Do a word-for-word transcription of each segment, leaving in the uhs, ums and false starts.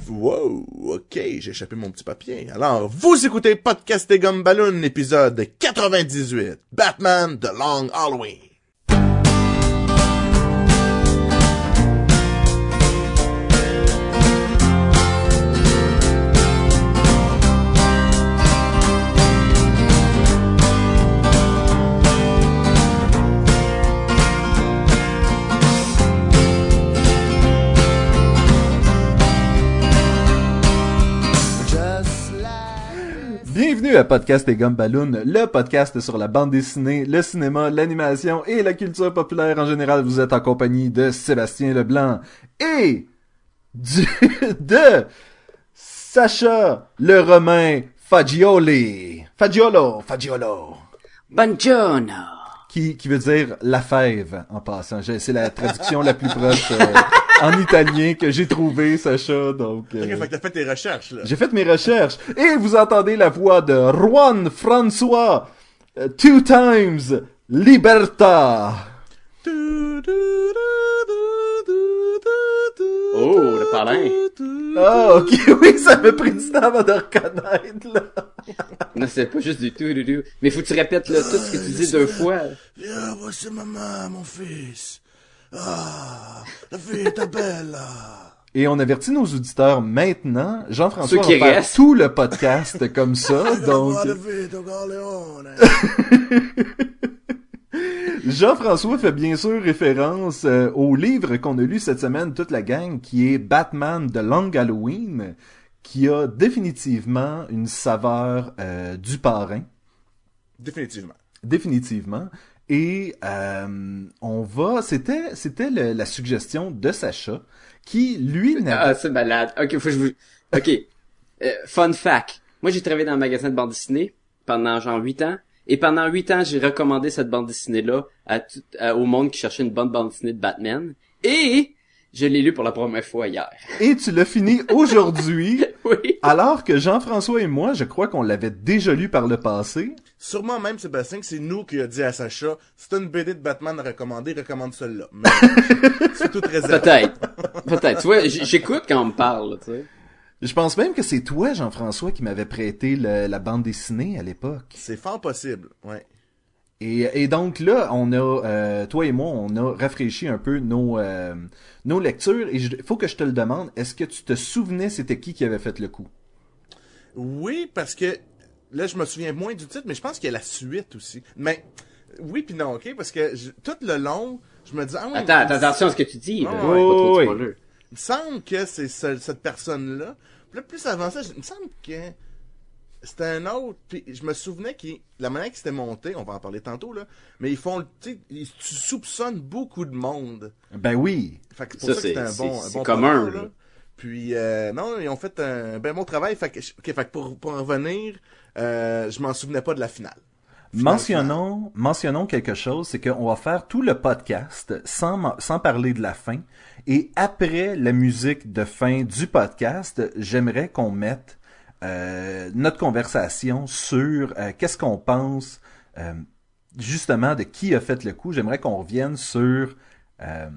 Wow, ok, j'ai échappé mon petit papier. Alors, vous écoutez Podcast et Gumballoon, épisode quatre-vingt-dix-huit, Batman The Long Halloween. Bienvenue à Podcast et Gumballoon, le podcast sur la bande dessinée, le cinéma, l'animation et la culture populaire en général. Vous êtes en compagnie de Sébastien Leblanc et du, de Sacha le Romain Fagioli. Fagiolo, Fagiolo. Buongiorno. Qui, qui veut dire la fève en passant. J'ai, c'est la traduction la plus proche euh, en italien que j'ai trouvé, Sacha. Donc, euh, Ok, fait que t'as fait tes recherches, là. J'ai fait mes recherches. Et vous entendez la voix de Juan François, euh, two times Liberta. Oh, le parrain. Ah, ok, oui, ça m'a pris du temps avant de reconnaître, là. Non, c'est pas juste du tout, du tout. Mais faut que tu répètes, là, tout ce que tu dis deux fois. Viens, voici maman, mon fils. Ah, la fille est belle, là. Et on avertit nos auditeurs maintenant. Jean-François Ceux qui va faire restent. tout le podcast comme ça, donc... Jean-François fait bien sûr référence euh, au livre qu'on a lu cette semaine, toute la gang, qui est Batman The Long Halloween, qui a définitivement une saveur euh, du parrain. Définitivement. Définitivement. Et euh, on va... C'était c'était le- la suggestion de Sacha, qui, lui, n'avait... Ah, c'est malade. Ok, faut que je vous... Ok. Euh, fun fact. Moi, j'ai travaillé dans un magasin de bande dessinée pendant genre huit ans. Et pendant huit ans, j'ai recommandé cette bande dessinée-là à tout, à- au monde qui cherchait une bonne bande dessinée de Batman. Et je l'ai lu pour la première fois hier. Et tu l'as fini aujourd'hui, Oui. alors que Jean-François et moi, je crois qu'on l'avait déjà lu par le passé. Sûrement même, Sébastien, que c'est nous qui a dit à Sacha, c'est une B D de Batman à recommander, recommande celle-là. Mais c'est tout réservé. Peut-être. Peut-être. Tu vois, j- j'écoute quand on me parle, tu sais. Je pense même que c'est toi, Jean-François, qui m'avait prêté le- la bande dessinée à l'époque. C'est fort possible, ouais. Et, et donc là, on a, euh, toi et moi, on a rafraîchi un peu nos euh, nos lectures. Et il faut que je te le demande, est-ce que tu te souvenais c'était qui qui avait fait le coup? Oui, parce que là, je me souviens moins du titre, mais je pense qu'il y a la suite aussi. Mais oui puis non, ok, parce que je- tout le long, je me dis, ah oui, Attends, attends, attention à ce que tu dis, là. Ouais, Pas trop de ouais. spoilers. il me semble que c'est ce- cette personne-là. Puis là, plus avancé, il me semble que c'était un autre. Puis je me souvenais que la manière qu'il s'était monté, on va en parler tantôt, là, mais ils font, tu sais, ils tu soupçonnes beaucoup de monde. Ben oui. Fait que c'est pour Ça, ça, que c'est- c'était un c'est- bon, un c'est bon commun, preneur, là. Puis, euh, non, ils ont fait un ben bon travail. Fait que, ok, fait que pour, pour en revenir, euh, je m'en souvenais pas de la finale. Finale, Mentionnons, mentionnons quelque chose, c'est qu'on va faire tout le podcast sans, ma- sans parler de la fin. Et après la musique de fin du podcast, j'aimerais qu'on mette euh, notre conversation sur euh, qu'est-ce qu'on pense euh, justement de qui a fait le coup. J'aimerais qu'on revienne sur euh,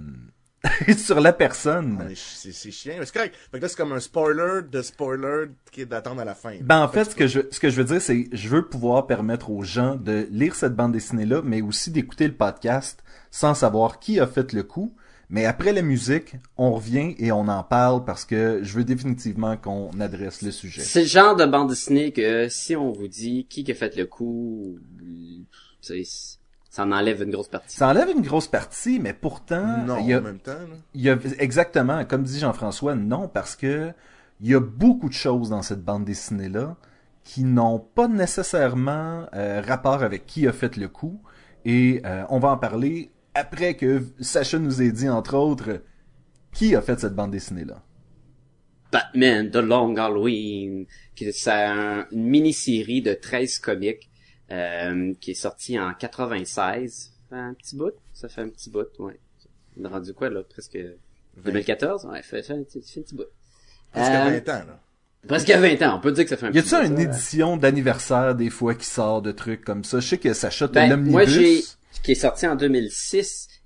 sur la On personne. est- C'est c'est chiant. Mais c'est correct. Fait que là, c'est comme un spoiler de spoiler qui est d'attendre à la fin. Ben en fait, ce que je ce que je veux dire, c'est je veux pouvoir permettre aux gens de lire cette bande dessinée-là, mais aussi d'écouter le podcast sans savoir qui a fait le coup. Mais après la musique, on revient et on en parle parce que je veux définitivement qu'on adresse le sujet. C'est le genre de bande dessinée que si on vous dit qui qui a fait le coup, c'est- ça en enlève une grosse partie. Ça enlève une grosse partie, mais pourtant, Non, il y a, en même temps, là. il y a exactement, comme dit Jean-François, non, parce que il y a beaucoup de choses dans cette bande dessinée-là qui n'ont pas nécessairement euh, rapport avec qui a fait le coup. Et euh, on va en parler après que Sacha nous ait dit, entre autres, qui a fait cette bande dessinée-là. Batman The Long Halloween, qui est c'est un- une mini-série de treize comics euh, qui est sortie en quatre-vingt-seize. Ça fait un petit bout, ça fait un petit bout, ouais. On a rendu quoi là, presque deux mille quatorze, ouais, ça fait un petit, ça fait un petit bout. Presque Euh, vingt ans, là. Presque à vingt ans, on peut dire que ça fait un Y petit a-tu bout. une ça. édition d'anniversaire des fois qui sort de trucs comme ça? Je sais que Sacha, t'as Ben, l'omnibus. moi j'ai qui est sorti en deux mille six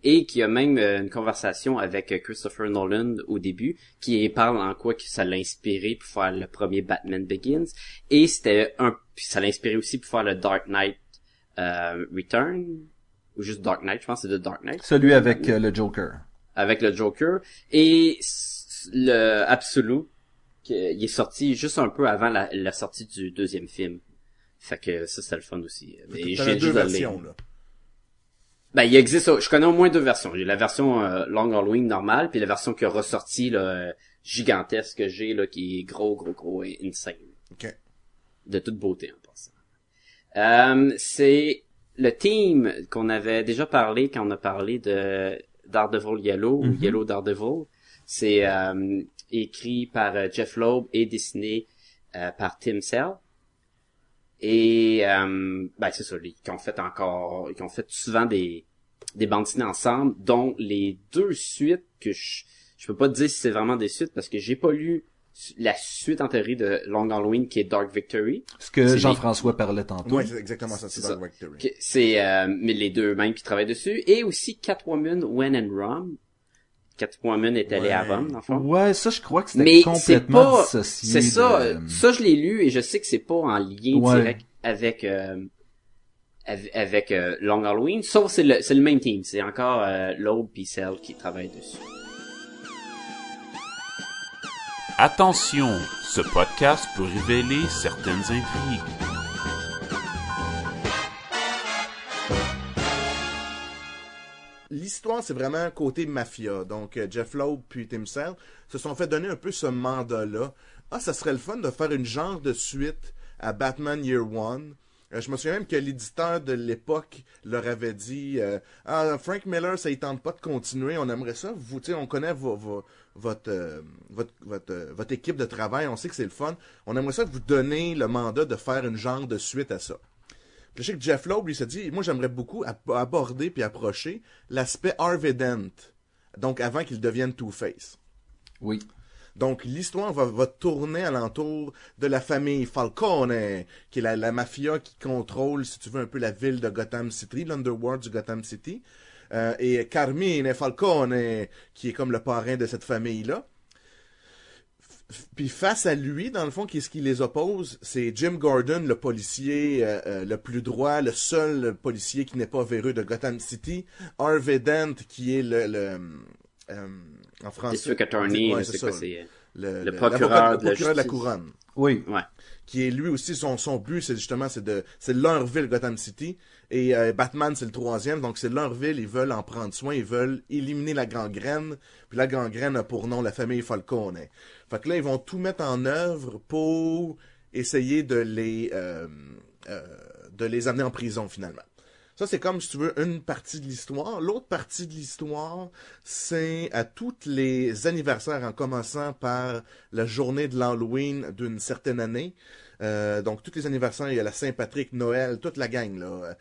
et qui a même euh, une conversation avec euh, Christopher Nolan au début, qui parle en quoi que ça l'a inspiré pour faire le premier Batman Begins, et c'était un, puis ça l'a inspiré aussi pour faire le Dark Knight euh, Return, ou juste Dark Knight, je pense que c'est de Dark Knight. Celui avec euh, le Joker. Avec le Joker, et le Absolute, il est sorti juste un peu avant la, la sortie du deuxième film. Fait que ça, c'était le fun aussi. Mais j'ai deux versions, là. Ben, il existe, je connais au moins deux versions. J'ai la version euh, Long Halloween normale, puis la version qui a ressorti, là, euh, gigantesque que j'ai, là, qui est gros, gros, gros et insane. OK. De toute beauté, en passant. Euh, c'est le team qu'on avait déjà parlé quand on a parlé de Daredevil Yellow, mm-hmm. ou Yellow Daredevil. C'est euh, écrit par euh, Jeff Loeb et dessiné euh, par Tim Sale. Et euh, ben c'est ça, ils ont fait encore, ils ont fait souvent des des bandes dessinées ensemble, dont les deux suites que je je peux pas te dire si c'est vraiment des suites parce que j'ai pas lu la suite en théorie de Long Halloween qui est Dark Victory. Ce que Jean-François des... parlait tantôt. Oui, c'est exactement ça, c'est, c'est Dark ça. Victory. C'est euh, mais les deux mêmes qui travaillent dessus, et aussi Catwoman When in Rome. Catwoman est allée ouais. à Rome, dans le fond. Ouais, ça, je crois que c'était mais complètement c'est pas, dissocié. C'est ça, de... ça, je l'ai lu, et je sais que c'est pas en lien ouais. direct avec, euh, avec, avec euh, Long Halloween, sauf c'est le, c'est le même team. C'est encore euh, Loeb pis Cell qui travaillent dessus. Attention, ce podcast peut révéler certaines intrigues. L'histoire, c'est vraiment côté mafia. Donc, euh, Jeff Loeb puis Tim Sale se sont fait donner un peu ce mandat-là. Ah, ça serait le fun de faire une genre de suite à Batman Year One. Euh, je me souviens même que l'éditeur de l'époque leur avait dit euh, « Ah, Frank Miller, ça ne tente pas de continuer. On aimerait ça. Vous, tu sais, on connaît vo, vo, votre, euh, votre, votre, euh, votre équipe de travail. On sait que c'est le fun. On aimerait ça vous donner le mandat de faire une genre de suite à ça. » Je sais que Jeff Loeb, lui, s'est dit, moi, j'aimerais beaucoup aborder puis approcher l'aspect Harvey Dent. Donc, avant qu'il devienne Two-Face. Oui. Donc, l'histoire va, va tourner alentour de la famille Falcone, qui est la, la mafia qui contrôle, si tu veux, un peu la ville de Gotham City, l'Underworld du Gotham City. Euh, et Carmine Falcone, qui est comme le parrain de cette famille-là. Puis face à lui, dans le fond, qu'est-ce qui les oppose? C'est Jim Gordon, le policier euh, euh, le plus droit, le seul policier qui n'est pas véreux de Gotham City. Harvey Dent, qui est le... le euh, en français... District Attorney, ouais, c'est, c'est quoi, ça. c'est... Le, le le procureur, le de, la procureur de la couronne. Oui. Ouais. Qui est lui aussi, son, son but, c'est justement, c'est de, c'est leur ville, Gotham City. Et euh, Batman, c'est le troisième, donc c'est leur ville, ils veulent en prendre soin, ils veulent éliminer la gangrène. Puis la gangrène a pour nom la famille Falcone. Fait que là, ils vont tout mettre en œuvre pour essayer de les, euh, euh, de les amener en prison, finalement. Ça, c'est comme, si tu veux, une partie de l'histoire. L'autre partie de l'histoire, c'est à tous les anniversaires, en commençant par la journée de l'Halloween d'une certaine année. Euh, donc, tous les anniversaires, il y a la Saint-Patrick, Noël, toute la gang, là.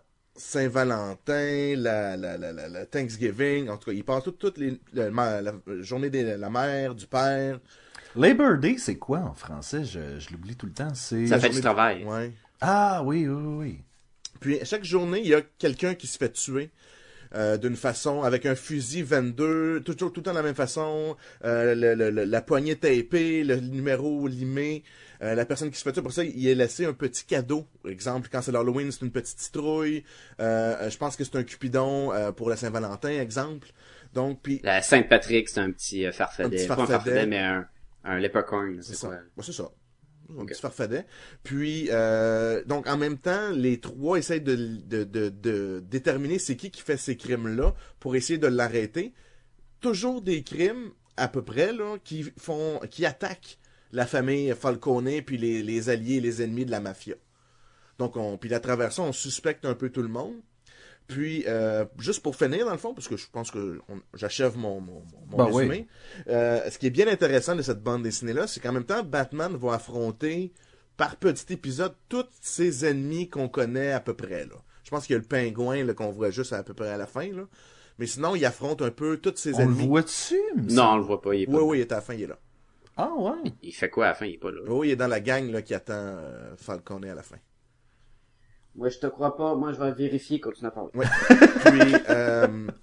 Saint-Valentin, la, la, la, la, la Thanksgiving, en tout cas, ils passent toutes, toutes les, la, la, la journée de la mère, du père. Labor Day, c'est quoi en français? Je, je l'oublie tout le temps. C'est... Ça fait du travail. Ouais. Ah, oui, oui, oui. Puis, chaque journée, il y a quelqu'un qui se fait tuer euh, d'une façon, avec un fusil vingt-deux, toujours tout le temps de la même façon, euh, le, le, le, la poignée tapée, le numéro limé, euh, la personne qui se fait tuer. Pour ça, il est laissé un petit cadeau. Par exemple, quand c'est l'Halloween, c'est une petite citrouille. Euh, je pense que c'est un cupidon euh, pour la Saint-Valentin, exemple. Donc, puis la Saint-Patrick, c'est un petit euh, farfadet. Un petit farfadet. Pas un farfadet, mais un, un leprechaun. C'est, c'est ça. Quoi? Ouais, c'est ça. Un okay. petit farfadet. Puis, euh, donc, en même temps, les trois essayent de, de, de, de déterminer c'est qui qui fait ces crimes-là pour essayer de l'arrêter. Toujours des crimes, à peu près, là, qui font, qui attaquent la famille Falcone puis les, les alliés et les ennemis de la mafia. Donc, on, puis à travers ça, on suspecte un peu tout le monde. Puis, euh, juste pour finir, dans le fond, parce que je pense que on, j'achève mon, mon, mon ben résumé, oui. euh, ce qui est bien intéressant de cette bande dessinée-là, c'est qu'en même temps, Batman va affronter, par petits épisodes, tous ses ennemis qu'on connaît à peu près. Là. Je pense qu'il y a le pingouin là, qu'on voit juste à peu près à la fin. Là. Mais sinon, il affronte un peu tous ses on ennemis. On le voit-tu? Non, on le voit pas. Il est pas oui, là. oui, il est à la fin, il est là. Ah ouais? Il fait quoi à la fin? Il est pas là. Oui, il est dans la gang là, qui attend euh, Falcone à la fin. Moi, je te crois pas. Moi, je vais vérifier, continue à parler. Ouais. Puis, euh,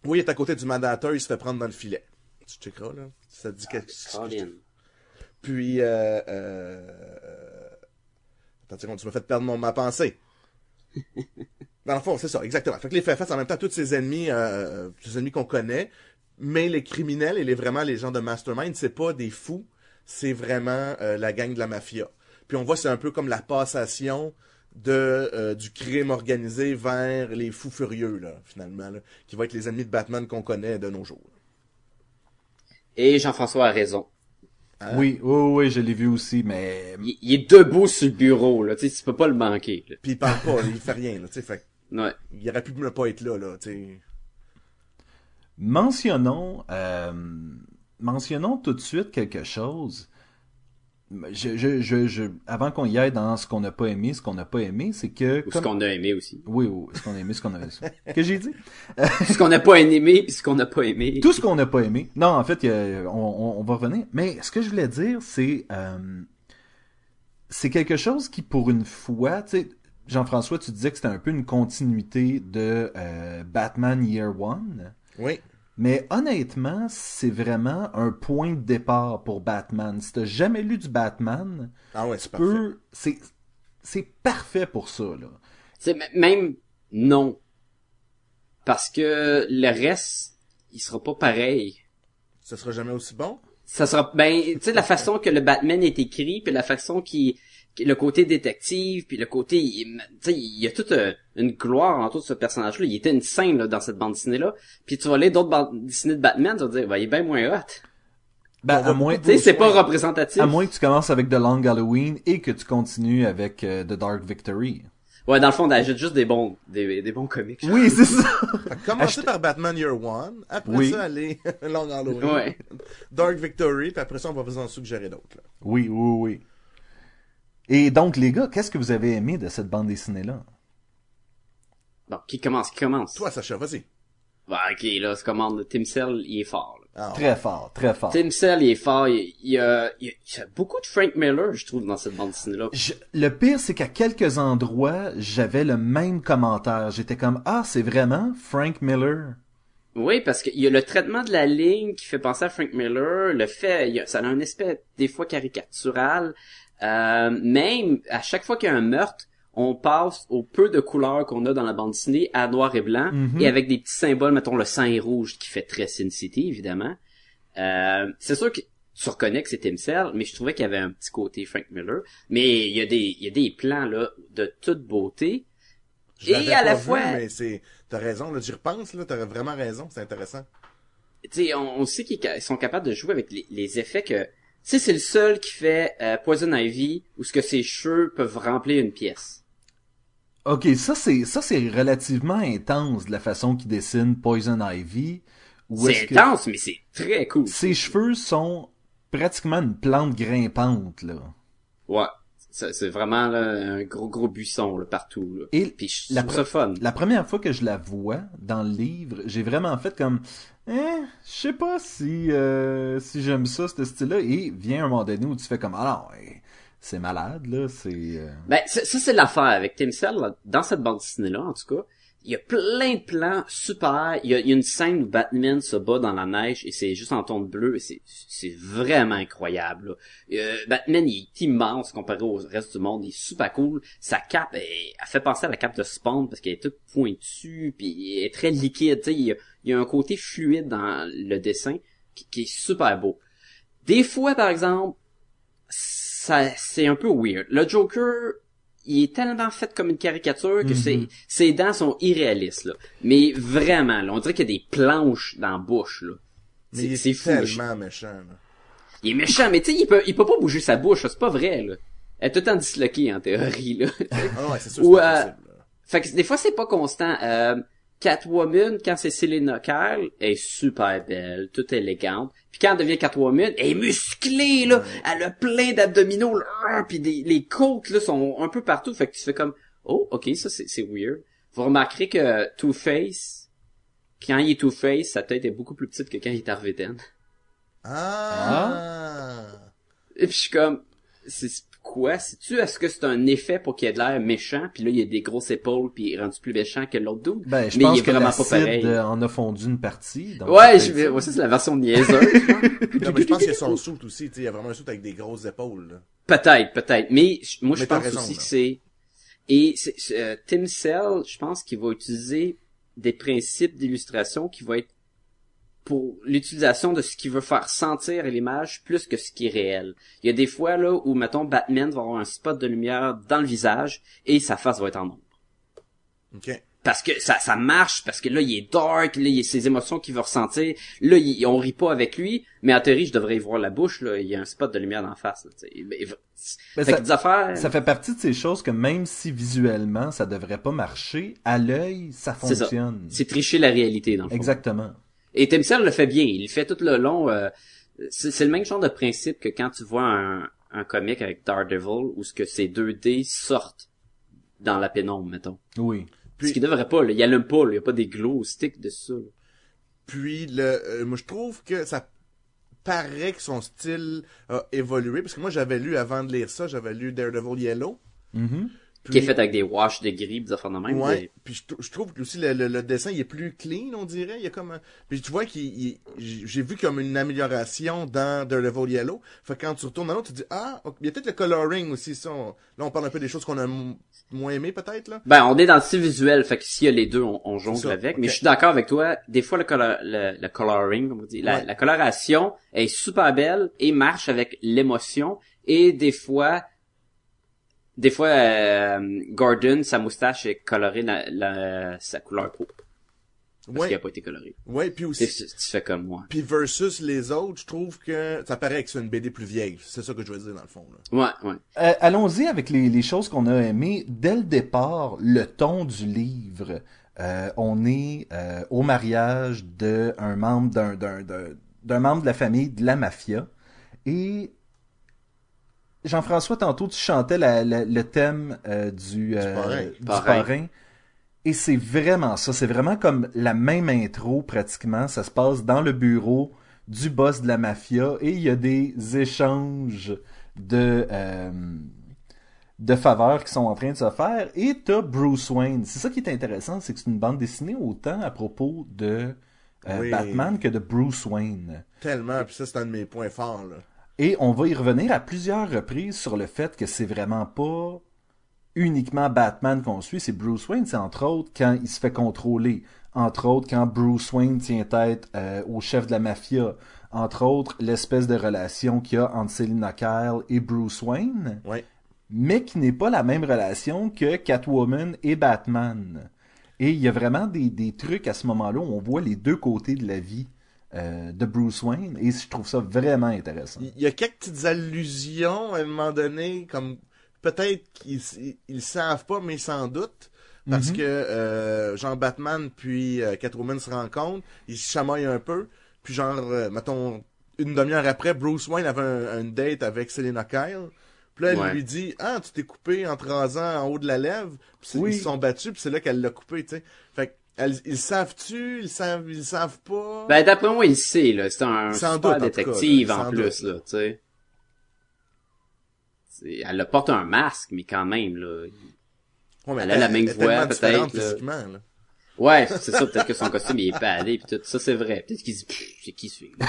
Oui, il est à côté du mandateur, il se fait prendre dans le filet. Tu checkeras, là. Ça te dit quelque Colin. Puis, euh, euh... Attends une seconde, tu m'as fait perdre mon, ma pensée. Dans le fond, c'est ça, exactement. Fait que les fait face en même temps à tous ses ennemis, euh, ses ennemis qu'on connaît, mais les criminels et les vraiment les gens de Mastermind, c'est pas des fous, c'est vraiment euh, la gang de la mafia. Puis on voit c'est un peu comme la passation de euh, du crime organisé vers les fous furieux là, finalement, là, qui vont être les ennemis de Batman qu'on connaît de nos jours. Et Jean-François a raison. Hein? Oui, oui, oui, je l'ai vu aussi, mais... Il, il est debout sur le bureau, là, tu sais, tu peux pas le manquer, là. Puis il parle pas, il fait rien, là, tu sais, fait Ouais. il aurait pu ne pas être là, là, tu sais. Mentionnons, euh, mentionnons tout de suite quelque chose. Je, je, je, je, avant qu'on y aille dans ce qu'on n'a pas aimé, ce qu'on n'a pas aimé, c'est que... Ou comme... ce qu'on a aimé aussi. Oui, oui, ce qu'on a aimé, ce qu'on a que j'ai dit? Ce qu'on n'a pas aimé, puis ce qu'on n'a pas aimé. Tout ce qu'on n'a pas aimé. Non, en fait, y a, on, on, on va revenir. Mais ce que je voulais dire, c'est... Euh, c'est quelque chose qui, pour une fois... Tu sais, Jean-François, tu disais que c'était un peu une continuité de euh, Batman Year One. Oui. Mais honnêtement, c'est vraiment un point de départ pour Batman. Si t'as jamais lu du Batman, Ah ouais, c'est tu parfait. peux... C'est, c'est parfait pour ça, là. C'est même non. Parce que le reste, il sera pas pareil. Ça sera jamais aussi bon? Ça sera ben tu sais la façon que le Batman est écrit puis la façon qui le côté détective puis le côté tu sais il y a toute euh, une gloire en tout de ce personnage là, il était une scène là dans cette bande dessinée là. Puis tu vas lire d'autres bandes dessinées de Batman, tu vas te dire ben il est bien moins hot. Ben, On va à moins, Tu sais c'est pas représentatif. à moins que tu commences avec The Long Halloween et que tu continues avec euh, The Dark Victory. Ouais, dans le fond, d'ajoute juste des bons des, des bons comics. Oui, c'est ça. Fait que commencer Achetez- par Batman Year One, après Oui. ça, aller Long Halloween, Ouais. Dark Victory, puis après ça, on va vous en suggérer d'autres. là. Oui, oui, oui. Et donc, les gars, qu'est-ce que vous avez aimé de cette bande dessinée-là? Bon, qui commence, qui commence. Toi, Sacha, vas-y. Bah, ok, là, ça commande. Tim Cell, il est fort. Là. Ah, Très fort, très fort. Tim Cell, il est fort. Il, il, y a, il, y a, il y a beaucoup de Frank Miller, je trouve, dans cette bande dessinée-là. Je- le pire, c'est qu'à quelques endroits, j'avais le même commentaire. J'étais comme, ah, c'est vraiment Frank Miller? Oui, parce qu'il y a le traitement de la ligne qui fait penser à Frank Miller. Le fait, il y a, ça a un aspect des fois caricatural. Euh, même, à chaque fois qu'il y a un meurtre, on passe au peu de couleurs qu'on a dans la bande dessinée à noir et blanc, Mhm. et avec des petits symboles, mettons le sang est rouge, qui fait très Sin City, évidemment. Euh, c'est sûr que tu reconnais que c'est Tim Cell, mais je trouvais qu'il y avait un petit côté Frank Miller. Mais il y a des, il y a des plans, là, de toute beauté. Je Et l'avais à pas la vu, fois- mais c'est, t'as raison, là, j'y repense, là, t'as vraiment raison, c'est intéressant. Tu sais, on, on sait qu'ils ca- sont capables de jouer avec les, les effets que... Tu sais, c'est le seul qui fait euh, Poison Ivy, où ce que ses cheveux peuvent remplir une pièce. Ok, ça c'est ça c'est relativement intense de la façon qu'il dessine Poison Ivy. Où C'est est-ce que intense, mais c'est très cool. ses cheveux sont pratiquement une plante grimpante, là. Ouais. C'est c'est vraiment là, un gros gros buisson là, partout. Là. Et Puis je la trouve ça fun. La première fois que je la vois dans le livre, j'ai vraiment fait comme, hein, je sais pas si euh, si j'aime ça, ce style-là. Et vient un moment donné où tu fais comme, ah non, hey, c'est malade, là, c'est... euh, Ben, ça, ça, c'est l'affaire avec Tim Cell, là, dans cette bande dessinée-là, en tout cas. Il y a plein de plans super. Il y a, il y a une scène où Batman se bat dans la neige et c'est juste en ton bleu et c'est, c'est vraiment incroyable. Là. Euh, Batman, il est immense comparé au reste du monde. Il est super cool. Sa cape, elle, elle fait penser à la cape de Spawn parce qu'elle est toute pointue puis elle est très liquide. Tu sais, il y a, il y a un côté fluide dans le dessin qui, qui est super beau. Des fois, par exemple, ça, c'est un peu weird. Le Joker, il est tellement fait comme une caricature que Mhm. ses, ses dents sont irréalistes, là. Mais vraiment, là, on dirait qu'il y a des planches dans la bouche, là. Mais C'est, il est c'est fou. tellement méchant, là. Il est méchant, mais tu sais, il peut, il peut pas bouger sa bouche, là, c'est pas vrai, là. Elle est tout le temps disloquée, en théorie, là. Ah ouais, c'est sûr, Ou, c'est pas euh, possible, là. Fait que des fois, c'est pas constant. Euh, Catwoman, quand c'est Selena Kyle, elle est super belle, toute élégante. Puis quand elle devient Catwoman, elle est musclée, là. Ouais. Elle a plein d'abdominaux, là. Puis des, les côtes, là, sont un peu partout. Fait que tu fais comme, oh, ok, ça, c'est, c'est weird. Vous remarquerez que Two-Face, quand il est Two-Face, sa tête est beaucoup plus petite que quand il est Harvey Dent. Ah! Et puis je suis comme, c'est, quoi? Sais-tu, est-ce que c'est un effet pour qu'il ait de l'air méchant, puis là, il a des grosses épaules, puis il est rendu plus méchant que l'autre dude? Ben, je mais pense il est que vraiment pas l'acide pareil. en a fondu une partie. Donc Ouais, c'est je, peut-être ouais, ça. ça, c'est la version niaiseuse. je crois. Non, mais je pense qu'il y a son suit aussi, tu sais, il y a vraiment un suit avec des grosses épaules, là. Peut-être, peut-être. Mais je- moi, je Mais t'as pense raison, aussi là. que c'est... Et c'est, c'est, euh, Tim Cell, je pense qu'il va utiliser des principes d'illustration qui vont être pour l'utilisation de ce qu'il veut faire sentir l'image plus que ce qui est réel. Il y a des fois là où, mettons, Batman va avoir un spot de lumière dans le visage et sa face va être en ombre. OK. Parce que ça ça marche, parce que là, il est dark, là, il y a ses émotions qu'il veut ressentir. Là, il, on rit pas avec lui, mais en théorie, je devrais y voir la bouche, là. Il y a un spot de lumière dans la face, là, tu sais. Mais, Mais fait ça- que des affaires... Ça fait partie de ces choses que même si visuellement ça devrait pas marcher, à l'œil ça C'est ça. fonctionne. C'est tricher la réalité, dans le fond. Exactement. Et Tim Cell le fait bien. Il le fait tout le long. Euh, c'est, c'est le même genre de principe que quand tu vois un, un comic avec Daredevil où ce que ces deux D sortent dans la pénombre, mettons. Oui. Puis- Ce qui devrait pas, là. Il allume pas, là. Il y a pas des glow sticks dessus, là. Puis, le, euh, moi, je trouve que ça paraît que son style a évolué, parce que moi, j'avais lu, avant de lire ça, j'avais lu Daredevil Yellow. Mhm. Puis, Qui est fait avec des washes de gris, des affaires de même. ouais, mais- puis je, trou- je trouve que aussi le, le, le dessin il est plus clean, on dirait. Il y a comme un... Puis tu vois qu'il il- j'ai j'ai vu comme une amélioration dans Daredevil Yellow. Fait que quand tu retournes dans l'autre, tu te dis ah, ok, il y a peut-être le coloring aussi. Ça, on- là on parle un peu des choses qu'on a m- moins aimé peut-être là. Ben, on est dans le style visuel, fait que s'il y a les deux, on, on jongle C'est ça, avec. ok. Mais je suis d'accord avec toi. Des fois, le, color, le, le coloring, comme on dit, la, Ouais. la coloration est super belle et marche avec l'émotion. Et des fois, des fois, euh, Gordon, sa moustache est colorée la, la, sa couleur peau. Parce Ouais, qu'il a pas été coloré. ouais, puis Tu aussi. sais, tu fais comme moi. Puis versus les autres, je trouve que ça paraît que c'est une B D plus vieille. C'est ça que je veux dire dans le fond là. Ouais, ouais. Euh, allons-y avec les, les choses qu'on a aimées. Dès le départ, le ton du livre. Euh, on est euh, au mariage d'un membre d'un, d'un, d'un, d'un membre de la famille de la mafia. Et Jean-François, tantôt, tu chantais la, la- le thème euh, du, euh, parrain. du Parrain. parrain. Et c'est vraiment ça. C'est vraiment comme la même intro, pratiquement. Ça se passe dans le bureau du boss de la mafia et il y a des échanges de, euh, de faveurs qui sont en train de se faire. Et t'as Bruce Wayne. C'est ça qui est intéressant, c'est que c'est une bande dessinée autant à propos de euh, Oui. Batman que de Bruce Wayne. Tellement, puis ça c'est un de mes points forts là. Et on va y revenir à plusieurs reprises sur le fait que c'est vraiment pas uniquement Batman qu'on suit, c'est Bruce Wayne. C'est entre autres quand il se fait contrôler. Entre autres quand Bruce Wayne tient tête euh, au chef de la mafia. Entre autres l'espèce de relation qu'il y a entre Selina Kyle et Bruce Wayne. Ouais. Mais qui n'est pas la même relation que Catwoman et Batman. Et il y a vraiment des, des trucs à ce moment-là où on voit les deux côtés de la vie euh, de Bruce Wayne. Et je trouve ça vraiment intéressant. Il y a quelques petites allusions à un moment donné, comme peut-être qu'ils ils, ils savent pas, mais sans doute. Parce Mhm. que euh, genre Batman puis euh, Catwoman se rencontrent, ils se chamaillent un peu, puis genre, euh, mettons, une demi-heure après, Bruce Wayne avait un, un date avec Selina Kyle. Puis là, elle Ouais. lui dit « Ah, tu t'es coupé en te rasant en haut de la lèvre. » Puis c'est- Oui. ils se sont battus, puis c'est là qu'elle l'a coupé, tu sais. Fait que, elles- ils savent-tu, ils savent, ils savent pas. Ben, d'après moi, il sait, là. C'est un Sans super doute, en tout cas, détective, là, en sans plus, doute. là, tu sais. C'est- Elle le porte un masque, mais quand même, là. Ouais, mais elle a la même est voix, tellement différente peut-être, là. physiquement, là. Ouais, c'est ça, peut-être que son costume, il est padé, pis tout. Ça, c'est vrai. Peut-être qu'il se dit, pff, c'est qui celui-là?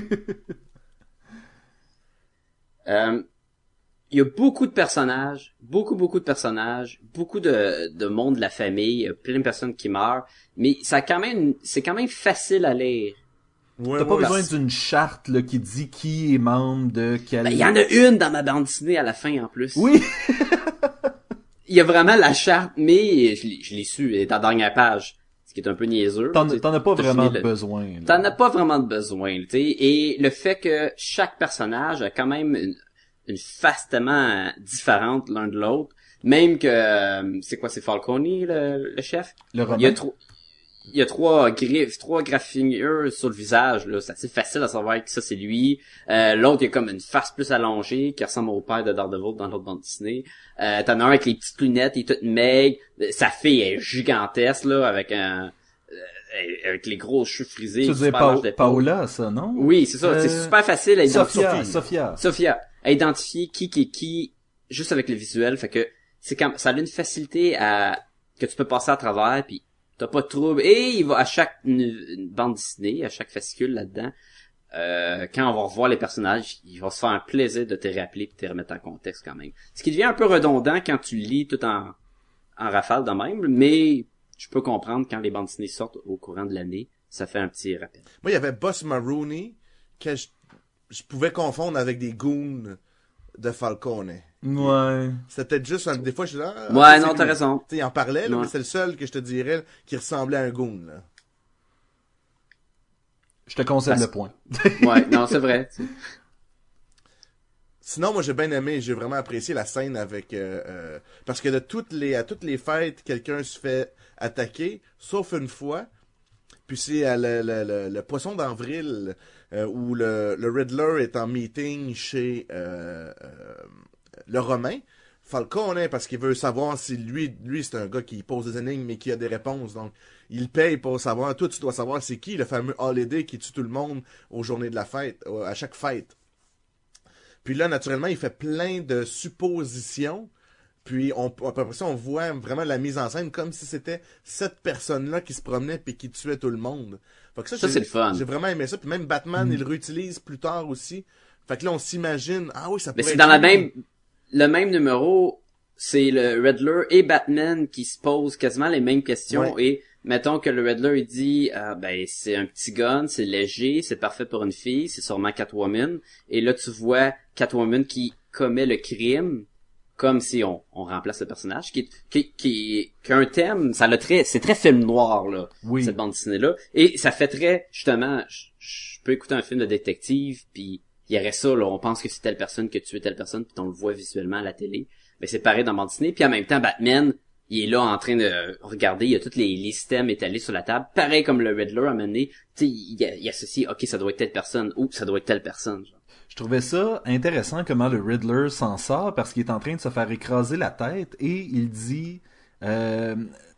Euh, il y a beaucoup de personnages, beaucoup, beaucoup de personnages, beaucoup de, de monde de la famille, euh, plein de personnes qui meurent, mais ça a quand même, c'est quand même facile à lire. Ouais, T'as pas ouais, besoin c'est- d'une charte là, qui dit qui est membre de quel... Ben, il y en a une dans ma bande dessinée à la fin, en plus. Oui! Il y a vraiment la charte, mais je l'ai, je l'ai su, elle est dans la dernière page. Ce qui est un peu niaiseux. T'en, Tu sais, t'en as pas t'as vraiment fini le- besoin. là. T'en as pas vraiment de besoin, tu sais. Et le fait que chaque personnage a quand même une, une face tellement différente l'un de l'autre, même que euh, c'est quoi, c'est Falcone le, le chef. Le roman. Il y a trop, il y a trois griffes, trois graffinures sur le visage là, c'est assez facile à savoir que ça c'est lui. Euh, l'autre il a comme une face plus allongée qui ressemble au père de Daredevil dans l'autre bande dessinée. Euh, t'en as un avec les petites lunettes, il est toute maigre. Sa fille est gigantesque là avec un euh, avec les gros cheveux frisés. Tu veux dire super Pa- large d'épaule. Paola, ça, non? Oui, c'est ça. Euh, C'est super facile à identifier. Sophia, Sophie. Sophia. Sophia, à identifier qui qui est qui juste avec le visuel, fait que c'est quand ça a une facilité à que tu peux passer à travers, puis t'as pas de trouble. Et il va à chaque une, une bande dessinée, à chaque fascicule là-dedans, euh, quand on va revoir les personnages, il va se faire un plaisir de te rappeler et de te remettre en contexte quand même. Ce qui devient un peu redondant quand tu lis tout en en rafale de même, mais je peux comprendre quand les bandes dessinées sortent au courant de l'année, ça fait un petit rappel. Moi, il y avait Boss Maroney que je, je pouvais confondre avec des goons de Falcone. Ouais. C'était peut-être juste un... Des fois, je suis là... Ah, Ouais, c'est non, t'as lui. raison. Tu sais, il en parlait, là, Ouais. mais c'est le seul que je te dirais qui ressemblait à un goon, là. Je te concède Parce- le point. Ouais, non, c'est vrai. tu sais. Sinon, moi, j'ai bien aimé, j'ai vraiment apprécié la scène avec... Euh, euh, parce que de toutes les, à toutes les fêtes, quelqu'un se fait attaquer, sauf une fois. Puis c'est euh, le, le, le, le poisson d'avril, euh, où le, le Riddler est en meeting chez euh, euh, le Romain. Falcone, parce qu'il veut savoir si lui, lui c'est un gars qui pose des énigmes mais qui a des réponses. Donc, il paye pour savoir. Toi, tu dois savoir c'est qui le fameux Holiday qui tue tout le monde aux journées de la fête, à chaque fête. Puis là, naturellement, il fait plein de suppositions. Puis on, après ça, on voit vraiment la mise en scène comme si c'était cette personne-là qui se promenait puis qui tuait tout le monde. Fait que ça, Ça, j'ai- c'est le fun. J'ai vraiment aimé ça. Puis même Batman, Mm. il le réutilise plus tard aussi. Fait que là, on s'imagine, ah oui, ça Mais pourrait c'est être dans la lui. même, le même numéro, c'est le Riddler et Batman qui se posent quasiment les mêmes questions Ouais. et mettons que le Riddler il dit ah, ben c'est un petit gun, c'est léger, c'est parfait pour une fille, c'est sûrement Catwoman et là tu vois Catwoman qui commet le crime comme si on, on remplace le personnage qui qui qui, qui a un thème, ça le très c'est très film noir là Oui. cette bande dessinée là et ça fait très justement je, je peux écouter un film de détective puis il y aurait ça là, on pense que c'est telle personne qui a tué telle personne puis on le voit visuellement à la télé. Mais c'est pareil dans bande dessinée puis en même temps Batman il est là en train de regarder, il y a tous les, les systèmes étalés sur la table, pareil comme le Riddler à un moment donné, tu sais, il, il associe, ok, ça doit être telle personne, ou ça doit être telle personne. Genre. Je trouvais ça intéressant comment le Riddler s'en sort parce qu'il est en train de se faire écraser la tête et il dit euh,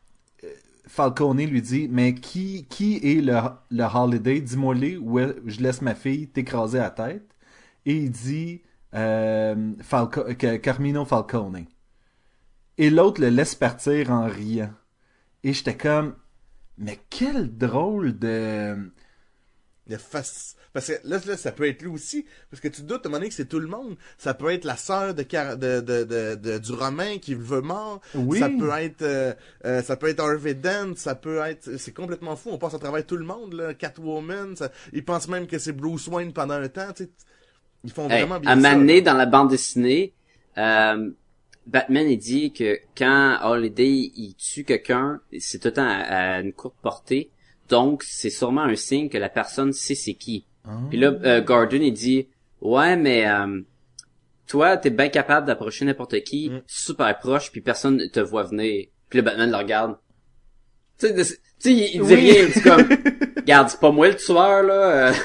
Falcone lui dit mais qui qui est le, le Holiday, dis-moi-les où est- je laisse ma fille t'écraser la tête et il dit euh, Falco, que- Carmino Falcone et l'autre le laisse partir en riant et j'étais comme mais quel drôle de Il y a face... Parce que là, là, ça peut être lui aussi. Parce que tu te doutes, à un moment donné, que c'est tout le monde. Ça peut être la sœur de, Car... de, de, de, de- du Romain qui le veut mort. Oui. Ça peut être euh, euh, ça peut être Harvey Dent. Ça peut être... C'est complètement fou. On passe à travers tout le monde, là. Catwoman. Ça... Ils pensent même que c'est Bruce Wayne pendant un temps. Tu sais. Ils font Hey, vraiment bien à ça. m'amener là. dans la bande dessinée, euh, Batman il dit que quand Holiday il tue quelqu'un, c'est tout le temps à, à une courte portée, donc c'est sûrement un signe que la personne sait c'est qui. Puis là, euh, Gordon il dit ouais mais euh, toi t'es bien capable d'approcher n'importe qui Mm. super proche puis personne te voit venir. Puis le Batman le regarde. Tu sais, de- tu sais, il, il dit Oui. rien, c'est comme regarde c'est pas moi le tueur là. euh.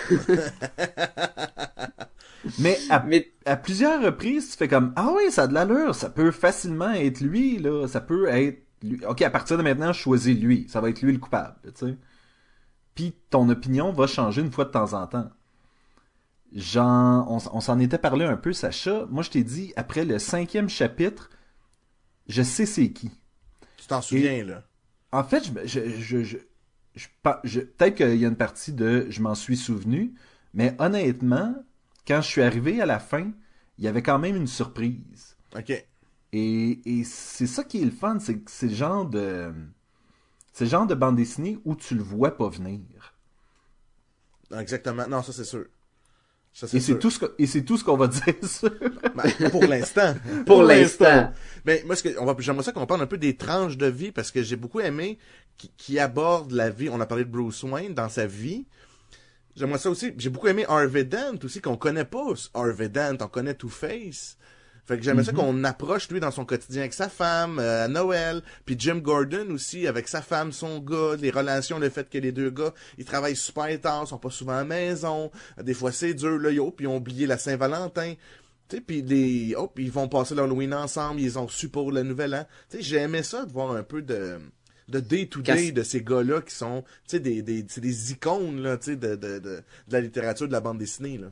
mais à, mais à plusieurs reprises, tu fais comme ah oui, ça a de l'allure, ça peut facilement être lui là, ça peut être lui. OK, à partir de maintenant, je choisis lui, ça va être lui le coupable, tu sais. Puis ton opinion va changer une fois de temps en temps. Genre, on, on s'en était parlé un peu, Sacha. Moi, je t'ai dit, après le cinquième chapitre, je sais c'est qui. Tu t'en souviens, là. En fait, je, je, je, je, je, pa- je- peut-être qu'il y a une partie de je m'en suis souvenu, mais honnêtement, quand je suis arrivé à la fin, il y avait quand même une surprise. OK. Et, et c'est ça qui est le fun, c'est que c'est le genre de c'est le genre de bande dessinée où tu le vois pas venir. Exactement. Non, ça, c'est sûr. Ça, c'est Et c'est sûr. tout ce que, et c'est tout ce qu'on va dire sur. Ben, pour l'instant. pour l'instant. Mais moi, ce que, on va, j'aimerais ça qu'on parle un peu des tranches de vie, parce que j'ai beaucoup aimé qui, qui aborde la vie. On a parlé de Bruce Wayne dans sa vie. J'aimerais ça aussi. J'ai beaucoup aimé Harvey Dent aussi, qu'on connaît pas Harvey Dent, on connaît Two-Face. Fait que j'aimerais ça qu'on approche lui dans son quotidien avec sa femme, euh, à Noël, puis Jim Gordon aussi avec sa femme, son gars, les relations, le fait que les deux gars, ils travaillent super tard, sont pas souvent à la maison, des fois c'est dur, là, yo, puis ils ont oublié la Saint-Valentin. Tu sais, puis les, oh, puis ils vont passer l'Halloween ensemble, ils ont su pour le Nouvel An. Tu sais, j'ai aimé ça de voir un peu de de day-to-day de ces gars-là qui sont, tu sais, des, des, c'est des icônes, là, tu sais, de, de, de, de la littérature, de la bande dessinée, là.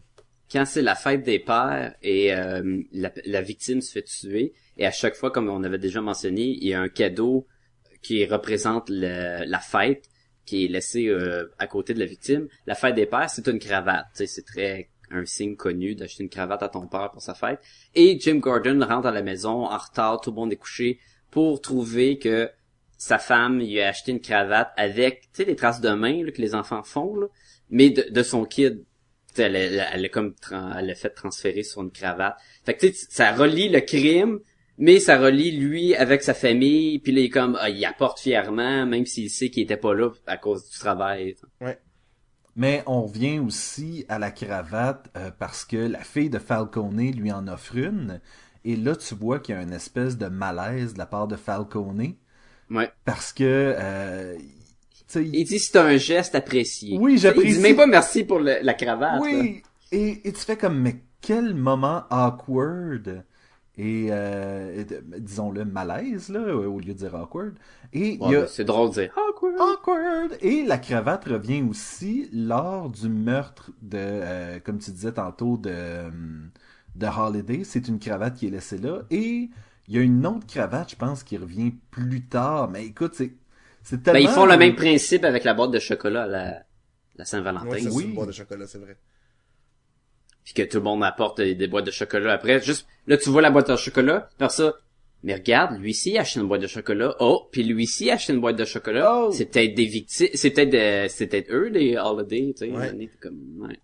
quand c'est la fête des pères et euh, la, la victime se fait tuer, et à chaque fois, comme on avait déjà mentionné, il y a un cadeau qui représente le, la fête qui est laissé euh, à côté de la victime. La fête des pères, c'est une cravate. Tu sais, c'est très un signe connu d'acheter une cravate à ton père pour sa fête. Et Jim Gordon rentre à la maison en retard, tout le monde est couché, pour trouver que sa femme lui a acheté une cravate avec, tu sais, les traces de main là, que les enfants font, là, mais de, de son kid. Tu sais, elle, elle, elle a comme tra- elle a fait transférer sur une cravate. Fait que tu sais, ça relie le crime, mais ça relie lui avec sa famille, puis là il est comme ah, il apporte fièrement, même s'il sait qu'il était pas là à cause du travail. Ouais. Mais on revient aussi à la cravate euh, parce que la fille de Falcone lui en offre une. Et là, tu vois qu'il y a une espèce de malaise de la part de Falcone. Ouais. Parce que... Euh, il dit c'est un geste apprécié. Oui, j'apprécie. Il dit même pas merci pour le, la cravate. Oui, et, et tu fais comme, mais quel moment awkward et, euh, et disons-le, malaise, là, au lieu de dire awkward. Et ouais, il y a... c'est drôle de dire awkward. Awkward. Et la cravate revient aussi lors du meurtre de, euh, comme tu disais tantôt, de, de Holiday. C'est une cravate qui est laissée là. Et il y a une autre cravate, je pense, qui revient plus tard. Mais écoute, c'est, c'est tellement... Ben, ils font le même principe avec la boîte de chocolat à la, la Saint-Valentin. Ouais, ça, oui, c'est une boîte de chocolat, c'est vrai. Puis que tout le monde apporte des, des boîtes de chocolat après. Juste, là, tu vois la boîte de chocolat, par ça, mais regarde, lui-ci a acheté une boîte de chocolat. Oh, puis lui-ci a acheté une boîte de chocolat. Oh. C'est peut-être des victimes, c'est peut-être des, c'est peut-être eux, les Holiday, tu sais. Ouais. On est comme, ouais.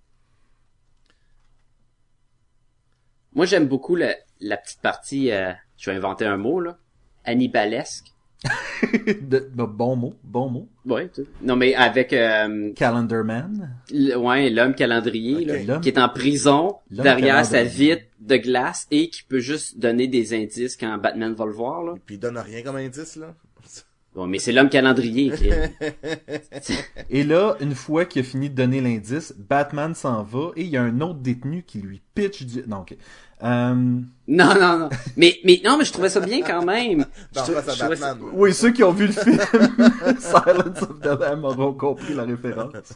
Moi, j'aime beaucoup la, la petite partie, euh, je vais inventer un mot, là. Hannibalesque. de, de, bon mot, bon mot. Ouais, tu sais. Non, mais avec, euh, Calendar Man. le- ouais, l'homme calendrier, Ok. là, L'homme- qui est en prison, L'homme derrière sa calendrier. vitre de glace, et qui peut juste donner des indices quand Batman va le voir, là. Puis il donne rien comme indice, là. Bon, mais c'est l'homme calendrier, qui est... Et là, une fois qu'il a fini de donner l'indice, Batman s'en va et il y a un autre détenu qui lui pitch du... Non, ok. Euh... Non, non, non. Mais, mais, non, mais je trouvais ça bien quand même. Dans Je trou- face à je trouvais Batman. ça- ouais. Oui, ceux qui ont vu le film Silence of the Lamb auront compris la référence.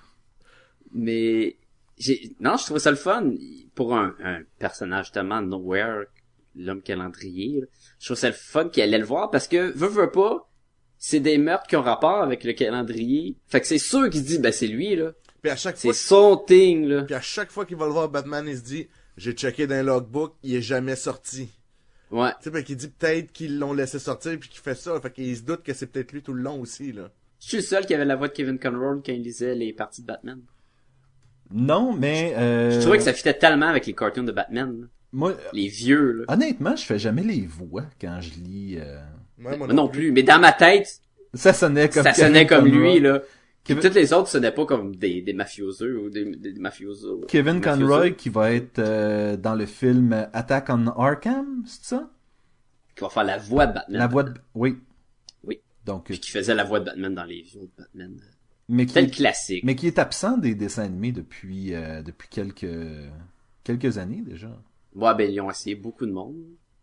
Mais, j'ai, non, je trouvais ça le fun. Pour un, un personnage tellement nowhere, l'homme calendrier, là. Je trouvais ça le fun qu'il allait le voir parce que, veut, veut pas, c'est des meurtres qui ont rapport avec le calendrier. Fait que c'est sûr qu'il se dit, ben, c'est lui, là. Puis à chaque C'est fois, son thing, là. puis à chaque fois qu'il va le voir, Batman, il se dit, j'ai checké dans un logbook, il est jamais sorti. Ouais. Tu sais, fait qu'il dit peut-être qu'ils l'ont laissé sortir puis qu'il fait ça. Fait qu'il se doute que c'est peut-être lui tout le long aussi, là. Je suis le seul qui avait la voix de Kevin Conroy quand il lisait les parties de Batman. Non, mais... Euh... Je trouvais que ça fitait tellement avec les cartoons de Batman, là. Moi, Les vieux, là. honnêtement, je fais jamais les voix quand je lis... Euh... Ouais, moi Moi non plus. Mais dans ma tête, Ça sonnait comme... ça Kevin sonnait comme Conroy. lui, là. Puis Kevin- toutes les autres sonnaient pas comme des, des mafioseux ou des, des, des mafiosos. Kevin Mafiosos. Conroy qui va être euh, dans le film Attack on Arkham, c'est ça? Qui va faire la voix de Batman. La voix de... Oui. Oui. Donc, Puis qui faisait la voix de Batman dans les vieux de Batman. mais qui, C'était le est, classique. mais qui est absent des dessins animés depuis euh, depuis quelques quelques années déjà. Ouais, ben, ils ont essayé beaucoup de monde.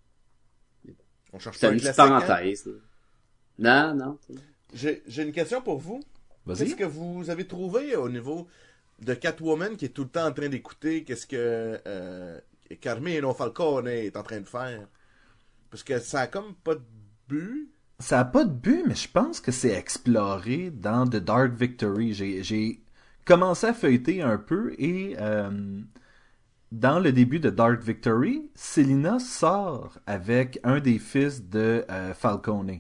On cherche C'était pas un une petite classique, hein? parenthèse, là. Non, non. J'ai, j'ai une question pour vous. Vas-y. Qu'est-ce que vous avez trouvé au niveau de Catwoman qui est tout le temps en train d'écouter qu'est-ce que euh, Carmine Falcone est en train de faire? Parce que ça a comme pas de but. Ça a pas de but, mais je pense que c'est exploré dans The Dark Victory. J'ai, j'ai commencé à feuilleter un peu et euh, dans le début de Dark Victory, Selina sort avec un des fils de euh, Falcone.